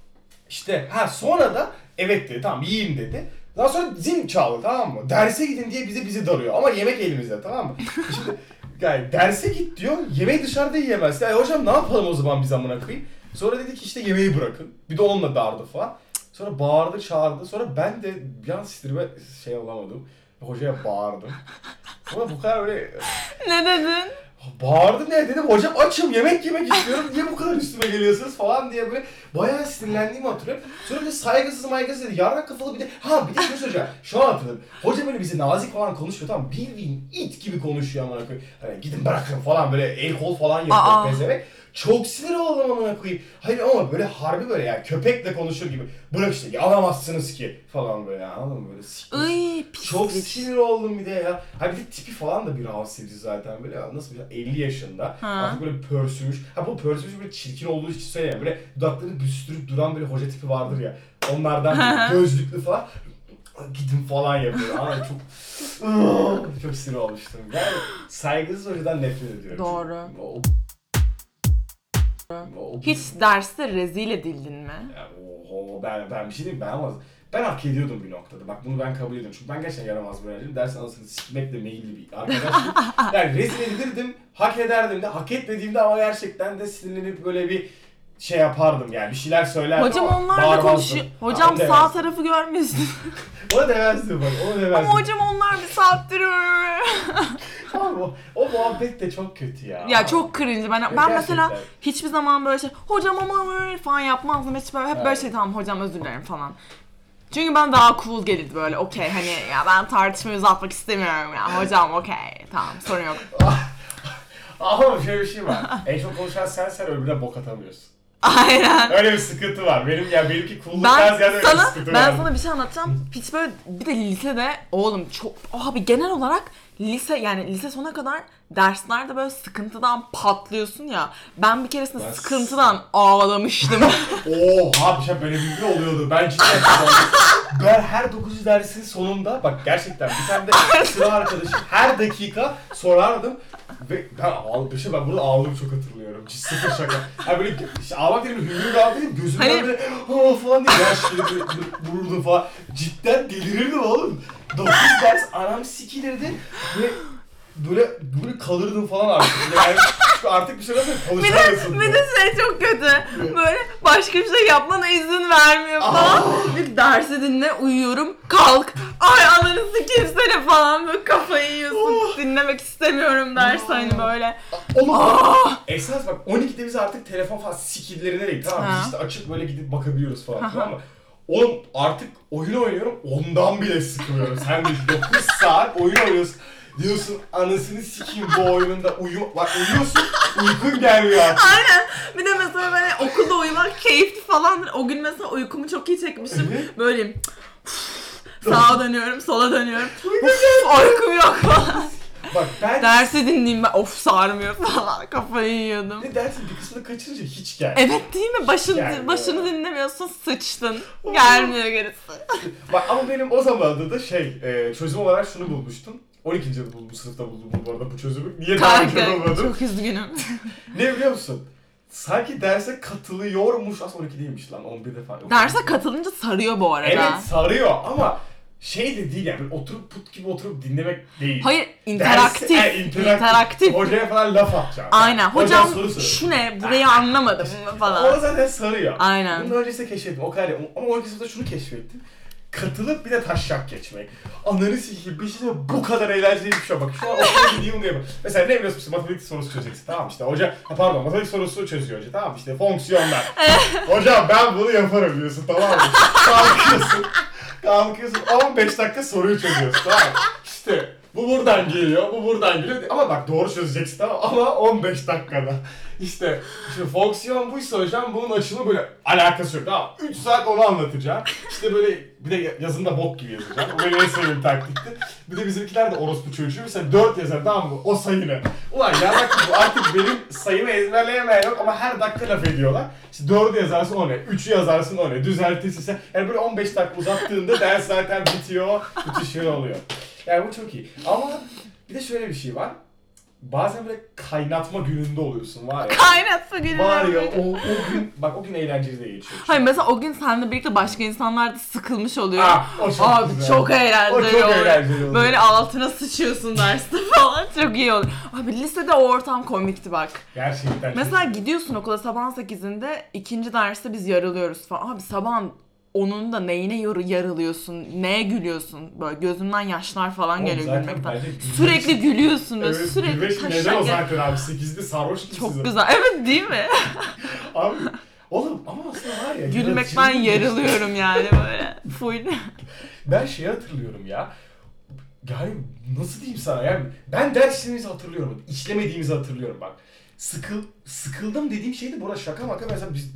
işte ha sonra da evet dedi tamam yiyeyim dedi. Daha sonra zil çaldı tamam mı? Derse gidin diye bize bizi darıyor ama yemek elimizde tamam mı? Şimdi yani derse git diyor yemeği dışarıda yiyemez. Yani hocam ne yapalım o zaman biz amına koyayım? Sonra dedi ki işte yemeği bırakın. Bir de onunla dardı falan. Sonra bağırdı çağırdı. Sonra ben de bir an sinirime şey olamadım. Hocaya bağırdım. Ama bu kadar öyle... Ne dedin? Bağırdım ne dedim hocam açım yemek yemek istiyorum niye bu kadar üstüme geliyorsunuz falan diye böyle bayağı sinirlendiğimi hatırlıyorum. Sonra bir saygısız maygısız dedi yarrak kafalı bir de ha bir de şunu söyleyeceğim şu an hatırladım. Hoca böyle bize nazik falan konuşuyor tamam bildiğin it gibi konuşuyor amına koyayım. Hani gidin bırakın falan böyle el kol falan Aa. yapıyor pezevenk. Çok sinir oldum amına koyayım. Hayır ama böyle harbi böyle yani köpekle konuşur gibi. Bırak işte alamazsınız ki falan böyle yani anladın mı böyle siktir. Iy pislik. Çok sinir oldum bir de ya. Ha bir de tipi falan da bir rahatsız edici zaten böyle nasıl bir elli yaşında. Ha. Artık böyle pörsümüş. Ha bu pörsümüş böyle çirkin olduğu için söyleyeyim. Böyle dudaklarını büstürüp duran böyle hoca tipi vardır ya. Onlardan böyle gözlüklü falan. Gidin falan yapıyor. Aa çok çok sinir olmuştum. Yani saygısız hocadan nefret ediyorum. Doğru. O, o, Hiç derste rezil edildin mi? Ya, oho, ben, ben bir şey diyeyim mi? Ben ama ben hak ediyordum bir noktada. Bak bunu ben kabul ediyorum. Çünkü ben gerçekten yaramaz bir öğrenciyim. Ders anasını sikmekle meyilli bir arkadaşım. Yani rezil edilirdim, hak ederdim de, hak etmediğimde ama gerçekten de sinirlenip böyle bir şey yapardım yani bir şeyler söylerdim Hocam ama onlar da bağırmazdım. konuşuyor. Hocam Ha, onu sağ demezdim. tarafı görmüyorsun. Onu demezdim bak, onu demezdim. Ama hocam onlar bir saattir Abi, o, o muhabbet de çok kötü ya. Ya çok cringe. Ben, ben Gerçekten. mesela hiçbir zaman böyle şey hocam ama falan yapmazdım. Hiç böyle, hep böyle Evet. şey tamam hocam özür dilerim falan. Çünkü ben daha cool gelirdi böyle okey hani ya ben tartışmayı uzatmak istemiyorum ya hocam okey tamam sorun yok. Ama şöyle bir şey var. En çok konuşan sen sen öbürüne bok atamıyorsun. Aynen. Öyle bir sıkıntı var. Benim ya benimki cool'luk Ben biraz yani öyle bir sana sıkıntı ben var. sana bir şey anlatacağım. Hiç böyle bir de lisede oğlum çok abi genel olarak lise yani lise sona kadar derslerde böyle sıkıntıdan patlıyorsun ya. Ben bir keresinde Ben sıkıntıdan ağlamıştım. Oha bir şey böyle bir gün oluyordu. Ben cidden ben her dokuz dersin sonunda bak gerçekten bir tane de sıra arkadaşım her dakika sorardım ve ben ağlamışım ben burada ağladım çok hatırlıyorum. Ciddi sıfır şaka. Yani böyle işte ağlamak değil mi? Hüngür ağlamak değil mi? Gözümden Hani- böyle oh falan diye yaş böyle böyle vururdu falan. Cidden delirirdim oğlum. dokuz ders anam sikilirdi ve böyle böyle kalırdın falan artık. Yani çünkü artık bir süre sonra Bir konuşamıyorsun. de, bir de şey çok kötü. Böyle başka bir şey yapmana izin vermiyor falan. Bir dersi dinle, uyuyorum. Kalk. Ay ananı sikeyim seni falan, böyle kafayı yiyorsun. Dinlemek istemiyorum ders hani böyle. Oğlum esas bak on ikide biz artık telefon falan skill'lerine değil, tamam mı? Ha. Biz işte açıp böyle gidip bakabiliyoruz falan, Aha. tamam mı? Oğlum artık oyun oynuyorum, ondan bile sıkılıyorum. Sen de dokuz saat oyun oynuyorsun. Diyorsun anasını sikeyim bu oyununda uyu... Bak uyuyorsun, uykun gelmiyor artık. Aynen. Bir de mesela ben okulda uyumak keyifli falandır. O gün mesela uykumu çok iyi çekmişim. Evet. Böyleyim. Sağa dönüyorum, sola dönüyorum. Uf, uykum yok falan. Bak ben... Dersi dinleyeyim ben. Of sarmıyor falan. Kafayı yiyordum. Ne dersin bir kısmını kaçırınca hiç gelmiyor. Evet değil mi? Başını, Gelmiyor. başını dinlemiyorsun, sıçtın. Gelmiyor gerisi. Bak ama benim o zamanda da şey, e, çözüm olarak şunu bulmuştum. on ikinci yılda buldum, sınıfta buldum bu arada bu çözümü. Niye daha önce Kanka bulmadım? çok üzgünüm. Ne biliyor musun? Sanki derse katılıyormuş, aslında on iki değilmiş lan, on birde falan. Derse katılınca sarıyor bu arada. Evet sarıyor ama şey de değil yani, böyle oturup put gibi oturup dinlemek değil. Hayır, interaktif. Dersi- e, interaktif. interaktif. Hocaya falan laf atacağım. Aynen. Hocam soru soruyor. şu ne? Burayı anlamadım O falan. zaten sarıyor. Aynen. Bunun öncesinde keşfettim, o kadar değil. Ama on iki sınıfta şunu keşfettim. Katılıp bir de taşak geçmek. Ananı sikeyim, bir şey de bu kadar eğlenceli bir şey. Bak şu an okula gideyim diye bak. Mesela ne biliyorsun, işte matematik sorusu çözeceksin, tamam işte hoca, ha pardon matematik sorusu çözüyor hoca, tamam işte fonksiyonlar. Hocam ben bunu yaparım diyorsun, tamam mı? Kalkıyorsun, kalkıyorsun on beş dakika soruyu çözüyorsun, tamam mı? İşte bu buradan geliyor, bu buradan geliyor ama bak doğru çözeceksin, tamam ama on beş dakikada. İşte, işte fonksiyon buysa hocam bunun açılımı böyle alakası yok, tamam üç saat onu anlatacağım. İşte böyle bir de yazında bok gibi yazacağım. O benim en sevdiğim taktikti. Bir de bizimkiler de orospu çocuğu. Mesela dört yazar, tamam mı? O sayı ne? Ulan yarak bu, artık benim sayımı ezberleyemeyen yok ama her dakika laf ediyorlar. İşte dördü yazarsın o ne? üçü yazarsın o ne? Düzeltirsin sen. Yani böyle on beş dakika uzattığında ders zaten bitiyor. Bütün şey oluyor. Yani bu çok iyi. Ama bir de şöyle bir şey var. Bazen böyle kaynatma gününde oluyorsun var ya. Kaynatma günü. Var ya o, o gün, bak o gün eğlenceli de geçiyor. Hayır mesela o gün seninle birlikte başka insanlar da sıkılmış oluyor. Ah, o çok Abi güzel. çok eğlenceli O çok olur. eğlenceli olur. Böyle altına sıçıyorsun derste falan, çok iyi olur. Abi lisede o ortam komikti bak. Gerçekten. Mesela gidiyorsun okula sabahın sekizinde, ikinci derste biz yarılıyoruz falan. Abi sabahın onunda neyine yor- yarılıyorsun, neye gülüyorsun, böyle gözümden yaşlar falan Oğlum geliyor zaten gülmekten. bence gülmek- Sürekli gülüyorsun böyle, Evet, sürekli gülmek neden taşak o gel- zaten abi, sekizde sarhoş gibi Çok siz. güzel, evet değil mi? Abi oğlum ama aslında var ya. Gülmekten yaratıcılık geçti. yarılıyorum yani böyle full. Ben şeyi hatırlıyorum ya. Yani nasıl diyeyim sana yani, ben dersimizi hatırlıyorum, işlemediğimizi hatırlıyorum bak. Sıkıl, sıkıldım dediğim şey de bu arada şaka maka, mesela biz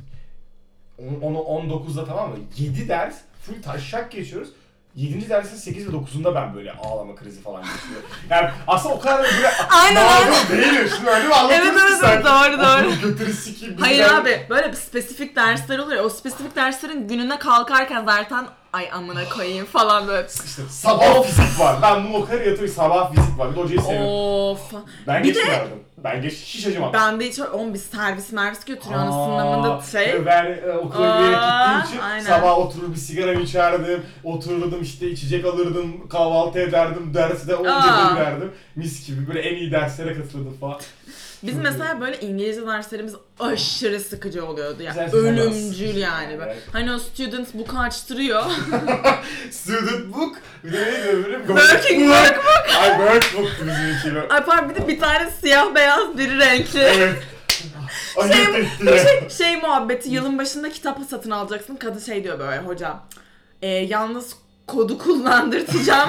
onu on dokuzda tamam mı? yedi ders full taşak geçiyoruz. yedinci dersin sekiz ve dokuzunda ben böyle ağlama krizi falan geçiriyorum. Yani aslında o kadar böyle Aynen, mağdur değilim. Şimdi öyle mi anlatıyorsun Evet, evet, ki sen? evet, doğru, doğru. Okulu götürü sikeyim. Hayır bizden- abi, böyle bir spesifik dersler oluyor. O spesifik derslerin gününe kalkarken zaten ay amına koyayım falan böyle. İşte sabah fizik var. Ben bunu o kadar yatıyorum, sabah fizik var. Bir de hocayı seviyorum. Of. Ben Bir geç de- geldim. Ben geç hiç acımadım. Ben de hiç on bir servis mervis götürüyor Aa, anasının şey. Ben e, okula bir yere Aa, gittiğim için aynen. sabah oturur bir sigara içerdim, otururdum işte içecek alırdım, kahvaltı ederdim, derste on Aa. gibi girerdim. Mis gibi böyle en iyi derslere katılırdım falan. Biz mesela böyle İngilizce derslerimiz aşırı sıkıcı oluyordu ya. Güzel Ölümcül sıkıcı yani. Böyle. yani. Hani o student book'u açtırıyor. Student book, bir de neydi öbürü? Working workbook. Ay workbook'tu bizimki. Ay pardon, bir de bir tane siyah beyaz biri renkli. Evet. Ayıp Şey, etti. şey, şey muhabbeti, yılın başında kitap satın alacaksın. Kadın şey diyor böyle, hocam. E, yalnız kodu kullandırtacağım.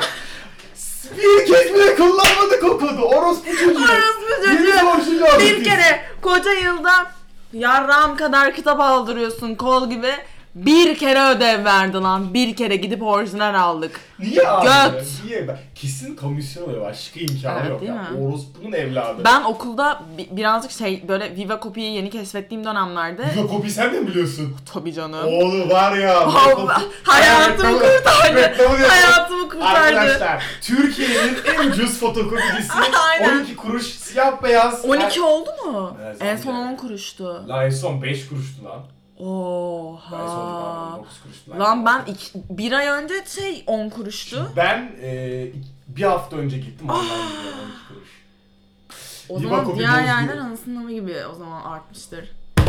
Bir kez bile kullanmadık o kodu. Orospu çocuğu. Orospu Yeni çocuğu. borcunu aldık Bir biz. kere koca yılda yarrağım kadar kitap aldırıyorsun kol gibi. Bir kere ödev verdi lan. Bir kere gidip orijinal aldık. Niye abi? Göt. Niye? Ben, kesin komisyon oluyor. Başka imkanı Evet, yok değil ya. mi? Orospunun evladı. Ben okulda bi- birazcık şey böyle Viva Copy'yi yeni keşfettiğim dönemlerde. Viva Copy sen de mi biliyorsun? Tabii canım. Oğlum var ya. Viva Allah, Copy- hayatımı Reklamı- kurtardı. reklamı yapalım. Hayatımı kurtardı. Arkadaşlar Türkiye'nin en ucuz fotokopicisi. Aynen. on iki kuruş siyah beyaz. on iki oldu mu? Evet, En son yani. on kuruştu. La en son beş kuruştu lan. La en son Oha. dokuz kuruştu lan. Lan ben iki, bir ay önce şey on kuruştu. Ben e, bir hafta önce gittim ondan Ah. gidiyorum on iki kuruş. O Viva zaman Copy diğer bozdu. yerler anasının namı gibi o zaman artmıştır.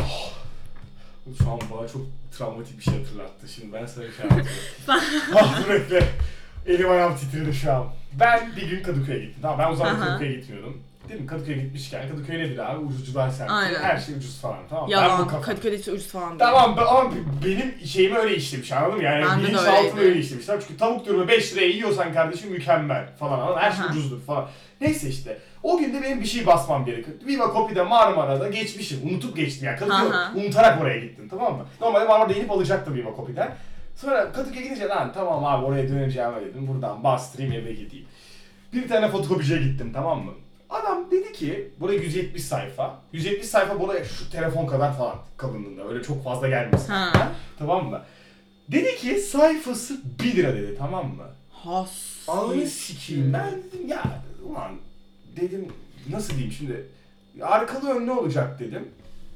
Şu an bana çok travmatik bir şey hatırlattı. Şimdi ben sana bir şey anlatayım. Ah dur bekle. Elim ayağım titredi şu an. Ben bir gün Kadıköy'e gittim. Tamam ben o zaman Aha. Kadıköy'e gitmiyordum. Değil mi? Kadıköy'e gitmişken Kadıköy nedir abi? Ucuzcular semti. Aynen. Her şey ucuz falan tamam Ben bu Yalan, kafa- Kadıköy'de hiç ucuz falan değil. Tamam be- ama benim şeyimi öyle işlemiş anladın mı? Yani Bende de bilinçaltımı öyleydi. öyle işlemişler. Çünkü tavuk dürümü beş liraya yiyorsan kardeşim mükemmel falan anladın mı? Her şey Aha. ucuzdur falan. Neyse işte. O gün de benim bir şey basmam gerekiyor. Viva Copy'de Marmara'da geçmişim. Unutup geçtim yani. Kadıköy Aha. unutarak oraya gittim tamam mı? Normalde Marmara'da inip alacaktım Viva Copy'den. Sonra Kadıköy'e gidince lan tamam abi oraya döneceğim dedim. Buradan bastırayım eve gideyim. Bir tane fotokopiciye gittim tamam mı? Adam dedi ki, buraya yüz yetmiş sayfa. yüz yetmiş sayfa buraya şu telefon kadar falan kalınlığında. Öyle çok fazla gelmesin. Ha. Tamam mı? Dedi ki sayfası bir lira dedi tamam mı? Has. Ananı sikeyim. Ben dedim ya ulan dedim nasıl diyeyim şimdi arkalı önlü olacak dedim.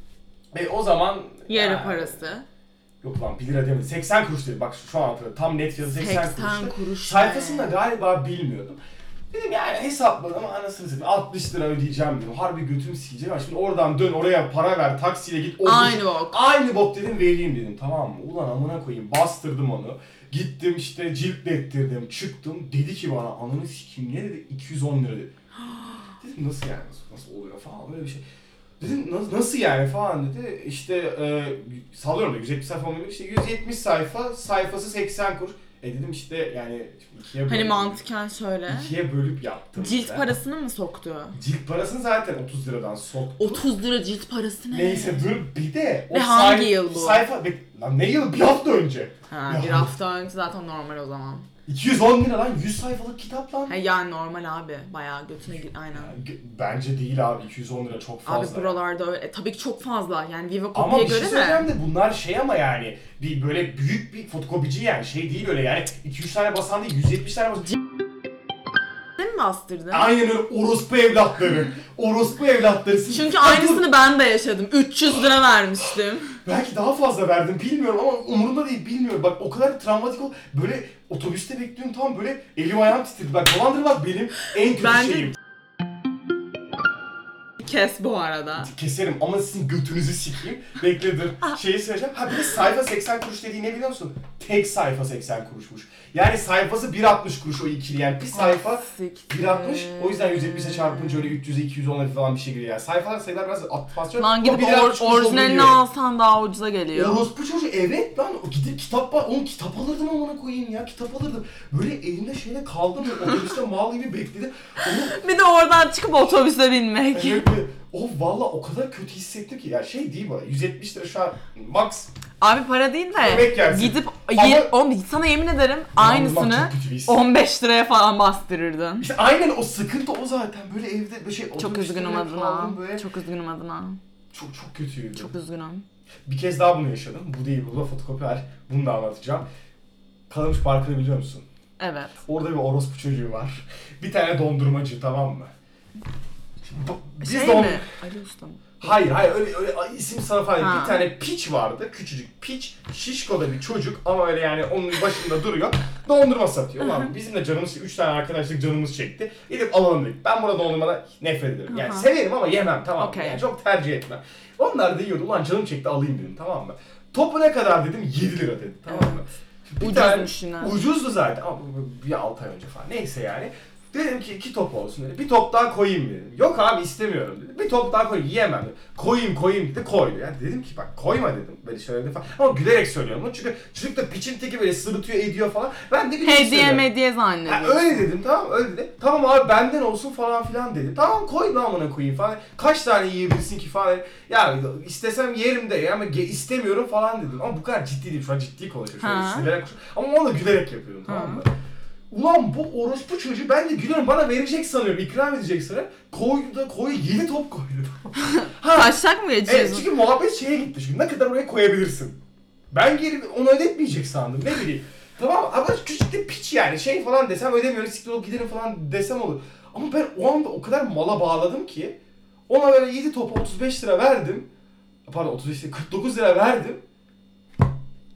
E o zaman Yarı yani- parası. Yok lan bir lira demedi. seksen kuruş dedi. Bak şu an hatırladım. Tam net fiyatı seksen, seksen kuruştu. kuruş. Sayfasını da ne? galiba bilmiyordum. Dedim yani hesapladım ama anasını satayım altmış lira ödeyeceğim dedim. Harbi götümü sikeceğim ama şimdi oradan dön oraya para ver taksiyle git. O Aynı bok. Aynı bok dedim vereyim dedim tamam mı? Ulan amına koyayım bastırdım onu. Gittim işte ciltlettirdim çıktım. Dedi ki bana ananı sikeyim ne dedi? iki yüz on lira dedi. Dedim nasıl yani nasıl, nasıl oluyor falan böyle bir şey. Dedim nasıl, nasıl yani falan dedi. İşte e, sallıyorum da yüz yetmiş sayfa olmuyor. İşte yüz yetmiş sayfa sayfası seksen kuruş. E dedim işte yani ikiye bölüp, Hani mantıken şöyle. ikiye bölüp yaptım. Cilt işte. parasını mı soktu? Cilt parasını zaten otuz liradan soktu. otuz lira cilt parası ne? Neyse dur bir de o Ve hangi say- yıl bu? Sayfa bek lan ne yıl bir hafta önce. Ha, Ya. bir hafta önce zaten normal o zaman. iki yüz on lira lan yüz sayfalık kitap lan. Ha, yani normal abi. Bayağı götüne gir. Aynen. Ya, bence değil abi iki yüz on lira çok fazla. Abi buralarda öyle. E, tabii ki çok fazla. Yani Viva Ama Copy'ye bir şey göre söyleyeceğim de. de bunlar şey ama yani bir böyle büyük bir fotokopici yani şey değil öyle yani iki üç tane basan değil yüz yetmiş tane basan. Değil mi bastırdın? Aynen öyle orospu evlatları. Orospu evlatları. Siz- Çünkü Ha, dur. aynısını ben de yaşadım. üç yüz lira vermiştim. Belki daha fazla verdim bilmiyorum ama umurumda değil bilmiyorum. Bak o kadar travmatik ol. Böyle otobüste bekliyorum tamam böyle elim ayağım titredi. Bak dolandırmak benim en kötü Bence- şeyim. Kes bu arada. Keserim ama sizin götünüzü sikeyim. Bekle dur. Şeyi söyleyeceğim. Ha bir de sayfa seksen kuruş dediği ne biliyor musun? Tek sayfa seksen kuruşmuş. Yani sayfası bir altmış kuruş o ikili yani bir sayfa bir altmış. O yüzden yüz yetmişe çarpınca öyle üç yüze iki yüz on falan bir şey geliyor yani. Sayfalar sayılar biraz fazla. Lan gidip bir altmış or- kuruş orijinalini oluyor. alsan daha ucuza geliyor. Orospu çocuğu evet lan gidip kitap var oğlum kitap alırdım amına koyayım ya kitap alırdım. Böyle elimde şeyle kaldım böyle otobüste mal gibi bekledim. Onu Bir de oradan çıkıp otobüse binmek. evet, böyle- o valla o kadar kötü hissettim ki ya şey değil bu yüz yetmiş lira şu an max. Abi para değil Yemek de yersin. gidip Ama- ye- oğlum sana yemin ederim aynısını Çok kötü bir his. on beş liraya falan bastırırdın. İşte aynen o sıkıntı o zaten böyle evde bir şey Çok otobüste üzgünüm böyle adına. kaldım böyle. Çok üzgünüm adına. Çok çok kötüydü. Çok üzgünüm. Bir kez daha bunu yaşadım. Bu değil bu da fotokopi var. Bunu da anlatacağım. Kalamış Parkı'nı biliyor musun? Evet. Orada bir orospu çocuğu var. Bir tane dondurmacı tamam mı? Şimdi bu- Biz Şey don- mi? Ali Usta mı? Hayır hayır öyle, öyle isim sana falan değil. Ha. Bir tane piç vardı. Küçücük piç. Şişko da bir çocuk ama öyle yani onun başında duruyor. Dondurma satıyor. Ulan bizim de canımız üç tane arkadaşlık canımız çekti. Gidip alalım dedik. Ben burada dondurmadan nefret ederim. Yani Aha. severim ama yemem tamam mı? Okey. Yani çok tercih etmem. Onlar da yiyordu. Ulan canım çekti alayım dedim tamam mı? Topu ne kadar dedim? yedi lira dedi tamam mı? Bir Ucuzmuş tane- yine. Ucuzdu zaten ama bu- bir altı ay önce falan. Neyse yani. Dedim ki iki top olsun dedi. Bir top daha koyayım dedim. Yok abi istemiyorum dedi. Bir top daha koy yiyemem dedi. Koyayım koyayım dedi koydu. Yani dedim ki bak koyma dedim. Böyle söyledi falan. Ama gülerek söylüyorum bunu çünkü çocuk da piçin teki böyle sırıtıyor ediyor falan. Ben de gülüp Hediye söylüyorum. medye Ha, zannediyorsun. öyle dedim tamam öyle dedi. Tamam abi benden olsun falan filan dedi. Tamam koy da amına koyayım falan. Kaç tane yiyebilirsin ki falan. Ya istesem yerim de ya ama ge- istemiyorum falan dedim. Ama bu kadar ciddi değil. Şu an ciddi konuşuyorum. Şöyle Ha. sinirlenerek konuşuyorum. Ama onu da gülerek yapıyordum tamam Ha. mı? Ulan bu orospu çocuğu ben de gülüyorum bana verecek sanıyorum ikram edecek sanıyorum. Koydu da koyu yedi top koydu. ha, Taşak mı evet geçiyorsun? çünkü muhabbet şeye gitti çünkü ne kadar oraya koyabilirsin. Ben geri onu ödetmeyecek sandım ne bileyim. Tamam ama küçük de piç yani şey falan desem ödemiyorum siktir olup giderim falan desem olur. Ama ben o anda o kadar mala bağladım ki ona böyle yedi topa otuz beş lira verdim. Pardon otuz beş lira kırk dokuz lira verdim.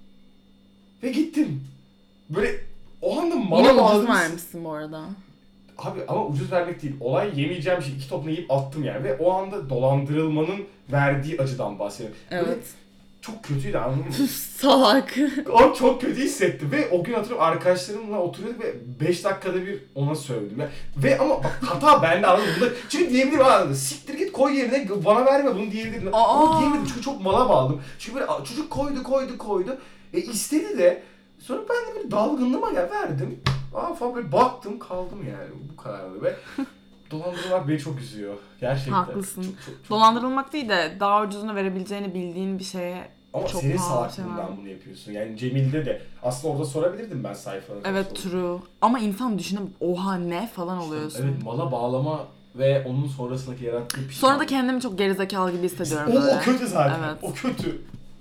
Ve gittim. Böyle o anda Yine mala ucuz bağladım. vermişsin bu arada. Abi ama ucuz vermek değil. Olay yemeyeceğim şey. İki topunu yiyip attım yani. Ve o anda dolandırılmanın verdiği acıdan bahsediyorum. Evet. Böyle çok kötüydü, anladın mı? Salak. O çok kötü hissettim ve o gün hatırlıyorum arkadaşlarımla oturuyorduk ve beş dakikada bir ona sövdüm. Ve, ve ama bak, hata bende, anladın mı? Çünkü diyebilirim, anladın mı? Siktir git koy yerine, bana verme bunu diyebilirim. Aa. Ama diyemedim çünkü çok mala bağladım. Çünkü böyle çocuk koydu koydu koydu. E istedi de sonra ben de böyle dalgınlığıma gel verdim. Aa falan böyle baktım kaldım yani bu kararlı ve dolandırılmak beni çok üzüyor. Gerçekten. Haklısın. Çok, çok, çok. Dolandırılmak değil de daha ucuzunu verebileceğini bildiğin bir şeye Ama çok senin pahalı şey salaklığından var. bunu yapıyorsun. Yani Cemil'de de aslında orada sorabilirdim ben sayfanı. Evet, true. Ama insan düşünüp oha ne falan oluyorsun. Evet, mala bağlama ve onun sonrasındaki yarattığı pişmanlık. Sonra da kendimi çok gerizekalı gibi hissediyorum o, böyle. o kötü zaten. Evet. O kötü.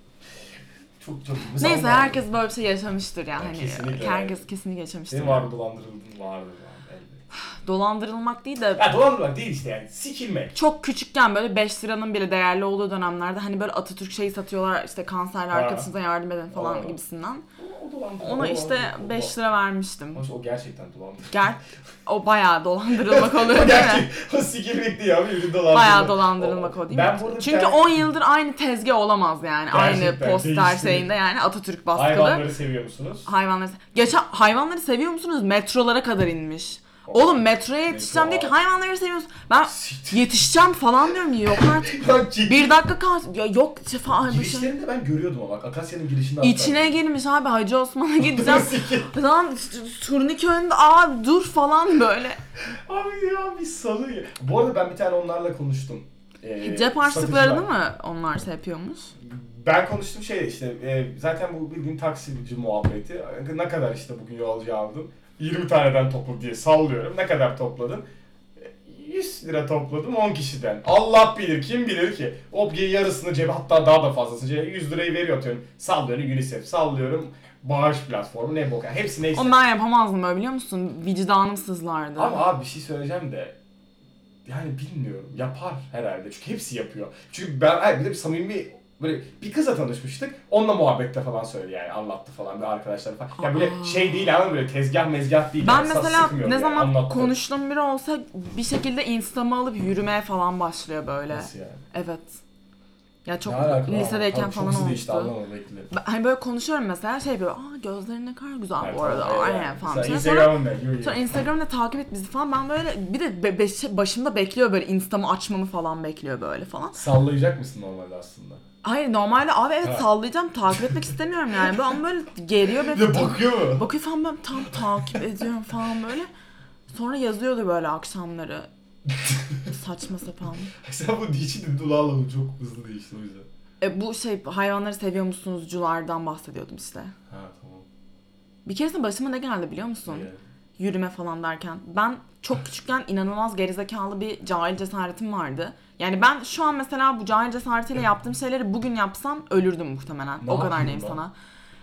Çok çok. Mesela Neyse onlar- herkes böyle bir şey yaşamıştır yani. Ya, Hani kesinlikle. herkes kesinlikle yaşamıştır. Senin yani. vardı dolandırıldın vardı. Yani. Dolandırılmak değil de Ya dolandırmak değil işte yani sikilmek. çok küçükken böyle beş liranın bile değerli olduğu dönemlerde hani böyle Atatürk şeyi satıyorlar işte kanserli Ha. arkadaşınıza yardım edin falan Ha. gibisinden. O, o dolandırılmak. Ona o işte dolandırılmak, o beş lira vermiştim. dolandırılmak. O gerçekten dolandırılmak. Gel o bayağı dolandırılmak oluyor değil mi? Gerçek. O sikilmek değil abi. Bir dolandırılmak. Bayağı dolandırılmak o değil ben mi? burada bir Çünkü tane- on yıldır aynı tezgah olamaz yani. Gerçekten, Aynı poster değişti. şeyinde yani Atatürk baskılı. Hayvanları seviyor musunuz? Hayvanları Geçen hayvanları seviyor musunuz? Metrolara kadar inmiş. Oğlum metroya yetişeceğim diyor ki hayvanları seviyor musun? Ben Siktir. yetişeceğim falan diyorum. Yok artık. Ya ciddi. Bir dakika kal. Ya yok falan bir şey. Girişlerinde ben görüyordum ama bak Akasya'nın girişinde İçine girmiş abi Hacı Osman'a gideceğim. Lan turnike abi dur falan böyle. Abi ya bir salı ya. Bu arada ben bir tane onlarla konuştum. Ee, Cep harçlıklarını satıcılar. mı onlar şey yapıyormuş? Ben konuştum şey işte e, zaten bu bildiğin taksici muhabbeti. Ne kadar işte bugün yolcu aldım? yirmi taneden topladı diye sallıyorum. Ne kadar topladın? yüz lira topladım on kişiden. Allah bilir, kim bilir ki. O yarısını cebe, hatta daha da fazlasını cebe, yüz lirayı veriyor atıyorum. Sallıyorum UNICEF, sallıyorum bağış platformu, ne boka. Hepsi neyse. Onu ben yapamazdım böyle, biliyor musun? Vicdanım sızlardı. Ama abi bir şey söyleyeceğim de yani bilmiyorum, yapar herhalde çünkü hepsi yapıyor. Çünkü ben hayır, bir de bir samimi böyle bir kızla tanışmıştık. Onunla muhabbette falan söyledi yani, anlattı falan bir arkadaşlar falan. Ya böyle Aa. şey değil ama böyle tezgah mezgah değil. Ben yani, mesela sıkmıyor ne yani, zaman anlattı. konuştuğum biri olsa bir şekilde Insta'mı alıp yürümeye falan başlıyor böyle. Nasıl yani? Evet. Ya çok Ne alaka? lisedeyken Abi, falan çok hızlı işte, olmuştu. anlamadım, bekle. Ben- Hani böyle konuşuyorum mesela şey böyle, aa gözlerin ne kadar güzel Evet, bu arada, tamam, aynen yani. falan. Sen Sonra, Instagram'ın ne? Yürü, sonra yürü. Instagram'da takip et bizi falan, ben böyle bir de be- beş- başımda bekliyor böyle Insta'mı açmamı falan bekliyor böyle falan. Sallayacak mısın normalde aslında? Hayır normalde abi evet Ha. sallayacağım, takip etmek istemiyorum yani. Ben ama böyle geriyor Bir beni. de bakıyor mu? Bakıyor falan, ben tam takip ediyorum falan böyle. Sonra yazıyordu böyle akşamları. Saçma sapan. Sen bu dişi dudağı çok hızlı değişti o yüzden. E, bu şey hayvanları seviyor musunuzculardan bahsediyordum işte. Ha tamam. Bir keresinde başıma ne geldi biliyor musun? Yani. Yürüme falan derken. Ben çok küçükken inanılmaz gerizekalı bir cahil cesaretim vardı. Yani ben şu an mesela bu cahil cesaretiyle yaptığım şeyleri bugün yapsam ölürdüm muhtemelen. Ne o kadar yapıyordun neyim lan? sana.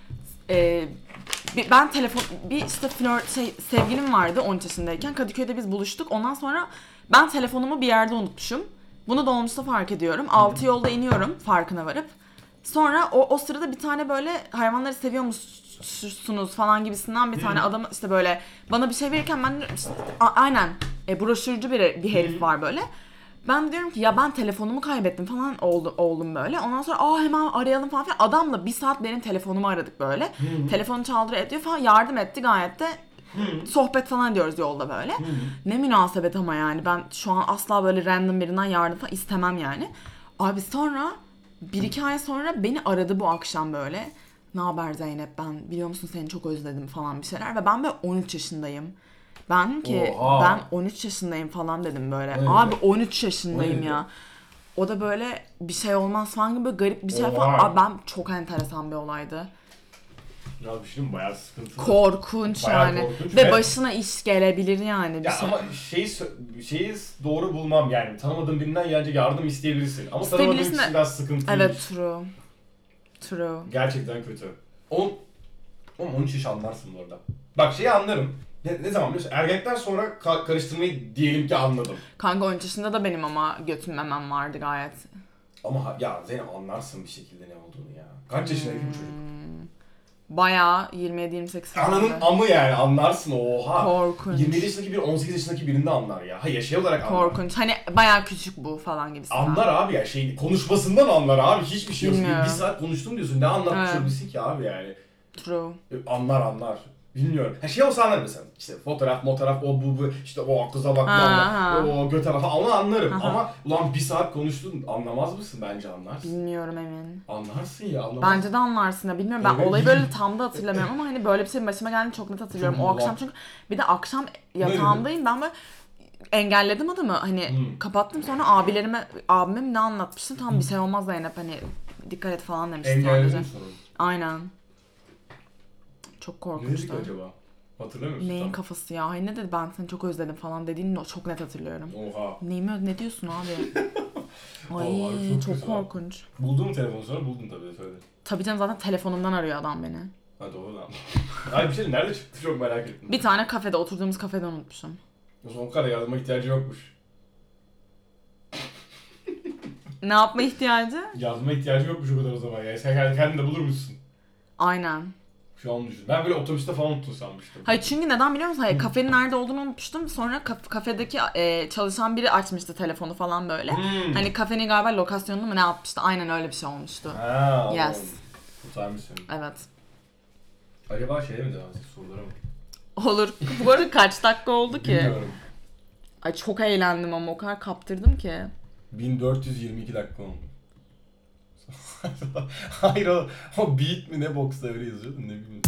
Ee, bir- ben telefon bir işte flört şey sevgilim vardı on üç yaşındayken, Kadıköy'de biz buluştuk. Ondan sonra ben telefonumu bir yerde unutmuşum. Bunu dolmuşta fark ediyorum. Altı yolda iniyorum farkına varıp. Sonra o, o sırada bir tane böyle hayvanları seviyor musunuz falan gibisinden bir tane adam işte böyle bana bir şey verirken ben işte, a- aynen e, broşürcü bir, bir herif var böyle. Ben diyorum ki ya ben telefonumu kaybettim falan oldu, oldum böyle. Ondan sonra aa hemen arayalım falan filan. Adamla bir saat benim telefonumu aradık böyle. Telefonu çaldırıyor ediyor falan, yardım etti gayet de. Sohbet falan ediyoruz yolda böyle. Ne münasebet ama yani ben şu an asla böyle random birinden yardım falan istemem yani. Abi sonra bir iki ay sonra beni aradı bu akşam böyle. Ne haber Zeynep, ben biliyor musun seni çok özledim falan bir şeyler. Ve ben böyle on üç yaşındayım. Ben dedim ki Oha. ben on üç yaşındayım falan dedim böyle. Evet. Abi on üç yaşındayım Evet. ya. O da böyle bir şey olmaz falan gibi böyle garip bir şey Oha. falan. Abi ben çok enteresan bir olaydı. Ya bir şey mi? Bayağı sıkıntılı. Korkunç Bayağı yani. korkunç Ve ve- başına iş gelebilir yani. Bir Ya şey. ama şeyi sö- şeyi doğru bulmam yani, tanımadığın birinden yalnızca yardım isteyebilirsin ama tanımadığın İsteyebilirsin de- kişi biraz sıkıntı. Evet, true. True. Gerçekten kötü. on on üç yaş anlarsın bu arada. Bak şeyi anlarım. Ne, ne zaman biliyorsun? Ergenlikten sonra ka- karıştırmayı diyelim ki anladım. Kanka on üç yaşında da benim ama götüm memem vardı gayet. Ama ha- ya Zeynep anlarsın bir şekilde ne olduğunu ya. Kaç yaşındaki bu çocuk? Bayağı yirmi yedi yirmi sekiz falan. Ananın amı yani, anlarsın, oha. Korkunç. yirmi yedi yaşındaki biri on sekiz yaşındaki birinde anlar ya. Hayır, şey olarak anlar. Korkunç. Hani bayağı küçük bu falan gibisi. Anlar abi ya, şey konuşmasından anlar abi, hiçbir şey yok. Bilmiyorum. Bir saat konuştum diyorsun, ne anlatmış Evet. olabilsin ki abi yani. True. Anlar anlar. Bilmiyorum. Ha şey olsa anlarım mesela. İşte fotoğraf, motoraf, o bu bu, işte o kıza bak, Ha, lan, o göte bak, onu anlarım. Aha. Ama ulan bir saat konuştun, anlamaz mısın? Bence anlarsın. Bilmiyorum emin. Anlarsın ya, anlamaz. Bence de anlarsın ya. Bilmiyorum, ben Evet. olayı böyle tam da hatırlamıyorum ama hani böyle bir şeyin başıma geldiğini çok net hatırlıyorum. Çok O akşam ulan. çünkü bir de akşam yatağımdayım, ben böyle engelledim adamı, hani Hmm. kapattım, sonra abilerime, abime mi ne anlatmıştım, tam bir şey olmaz Zeynep, hani dikkat et falan demiştim Engelledin sadece. sonra. Aynen. Çok Ne dedik korkunçtu. acaba? Hatırlamıyor musun? Neyin tam? kafası ya? Ay ne dedi, ben seni çok özledim falan dediğini çok net hatırlıyorum. Oha. Neyimi ö- ne diyorsun abi? Ay Vallahi çok çok, güzel. korkunç. Buldun mu telefonu sonra? Buldun tabii, söyle. Tabii canım, zaten telefonumdan arıyor adam beni. Ha doğru lan. Ay bir şey nerede çıktı, çok merak ettim. Bir tane kafede, oturduğumuz kafede unutmuşum. O zaman o kadar yardıma ihtiyacı yokmuş. Ne yapma ihtiyacı? Yardıma ihtiyacı yokmuş o kadar o zaman ya. Sen kendin de bulurmuşsun. Aynen. Şu an düşün. Ben böyle otobüste falan unuttun sanmıştım. Hayır, çünkü neden biliyor musun? Hayır, kafenin nerede olduğunu unutmuştum. Sonra kaf- kafedeki e, çalışan biri açmıştı telefonu falan böyle. Hmm. Hani kafenin galiba lokasyonunu mu ne yapmıştı? Aynen öyle bir şey olmuştu. Ha, anladım. Yes. Kurtarmış seni. Evet. Acaba şeye mi devam etsek, sorulara mı? Olur. Bu arada kaç dakika oldu ki? Bilmiyorum. Ay çok eğlendim ama o kadar kaptırdım ki. bin dört yüz yirmi iki dakika oldu. Hayır o, o beat mi ne, box'ta öyle yazıyordu, ne bileyim.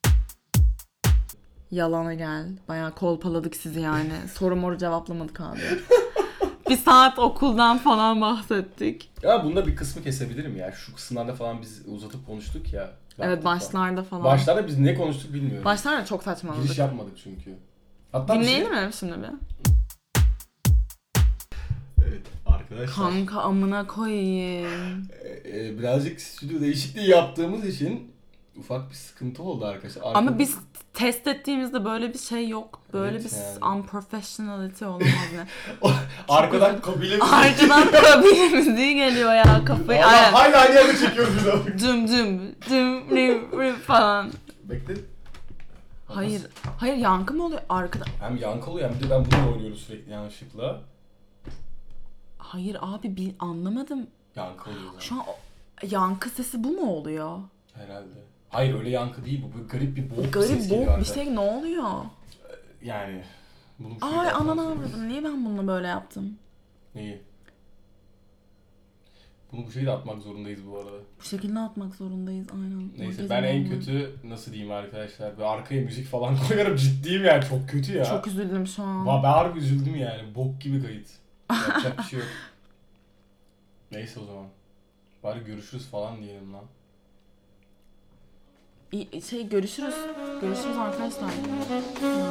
Yalana gel. Bayağı kolpaladık sizi yani. Soru moru cevaplamadık abi. Bir saat okuldan falan bahsettik. Ya bunda bir kısmı kesebilirim ya. Şu kısımlarda falan biz uzatıp konuştuk ya. Evet, Falan. başlarda falan. Başlarda biz ne konuştuk bilmiyorum. Başlarda çok saçmaladık. Giriş yapmadık çünkü. Hatta bir Dinleyelim şey... mi şimdi bir? Evet arkadaşlar. Kanka amına koyayım. Ee, e, birazcık stüdyo değişikliği yaptığımız için ufak bir sıkıntı oldu arkadaşlar. Arkada... Ama biz test ettiğimizde böyle bir şey yok. Böyle Evet bir yani. unprofessionality olamaz ne? Arkadan kabile müziği. Arkadan kabile müziği geliyor ya, kafayı. Allah, Aynen. hala aynı yerde çekiyoruz bir daha. Düm düm düm düm düm falan. Bekle. Hayır. Hayır, yankı mı oluyor arkada? Hem yankı oluyor hem de ben bunu oynuyoruz sürekli yanlışlıkla. Hayır abi, bir anlamadım. Yankı oluyor zaten. Şu an o- yankı sesi bu mu oluyor? Herhalde. Hayır öyle yankı değil bu. Bu garip bir boğuk bir Garip ses geliyor boğuk bir arkadan. şey, ne oluyor? Yani. Bunu bir şey Ay yapmam ananı lazım. avradım. Niye ben bunu böyle yaptım? Neyi? Bunu bu şeyi de atmak zorundayız bu arada. Bu şekilde atmak zorundayız aynen. Neyse Magazin ben en oldu. kötü nasıl diyeyim arkadaşlar. Böyle arkaya müzik falan koyarım, ciddiyim yani, çok kötü ya. Çok üzüldüm şu an. Va ben harbi üzüldüm yani. Bok gibi kayıt. Yapacak bir şey yok. Neyse o zaman. Bari görüşürüz falan diyelim lan. İyi, şey görüşürüz. Görüşürüz arkadaşlar.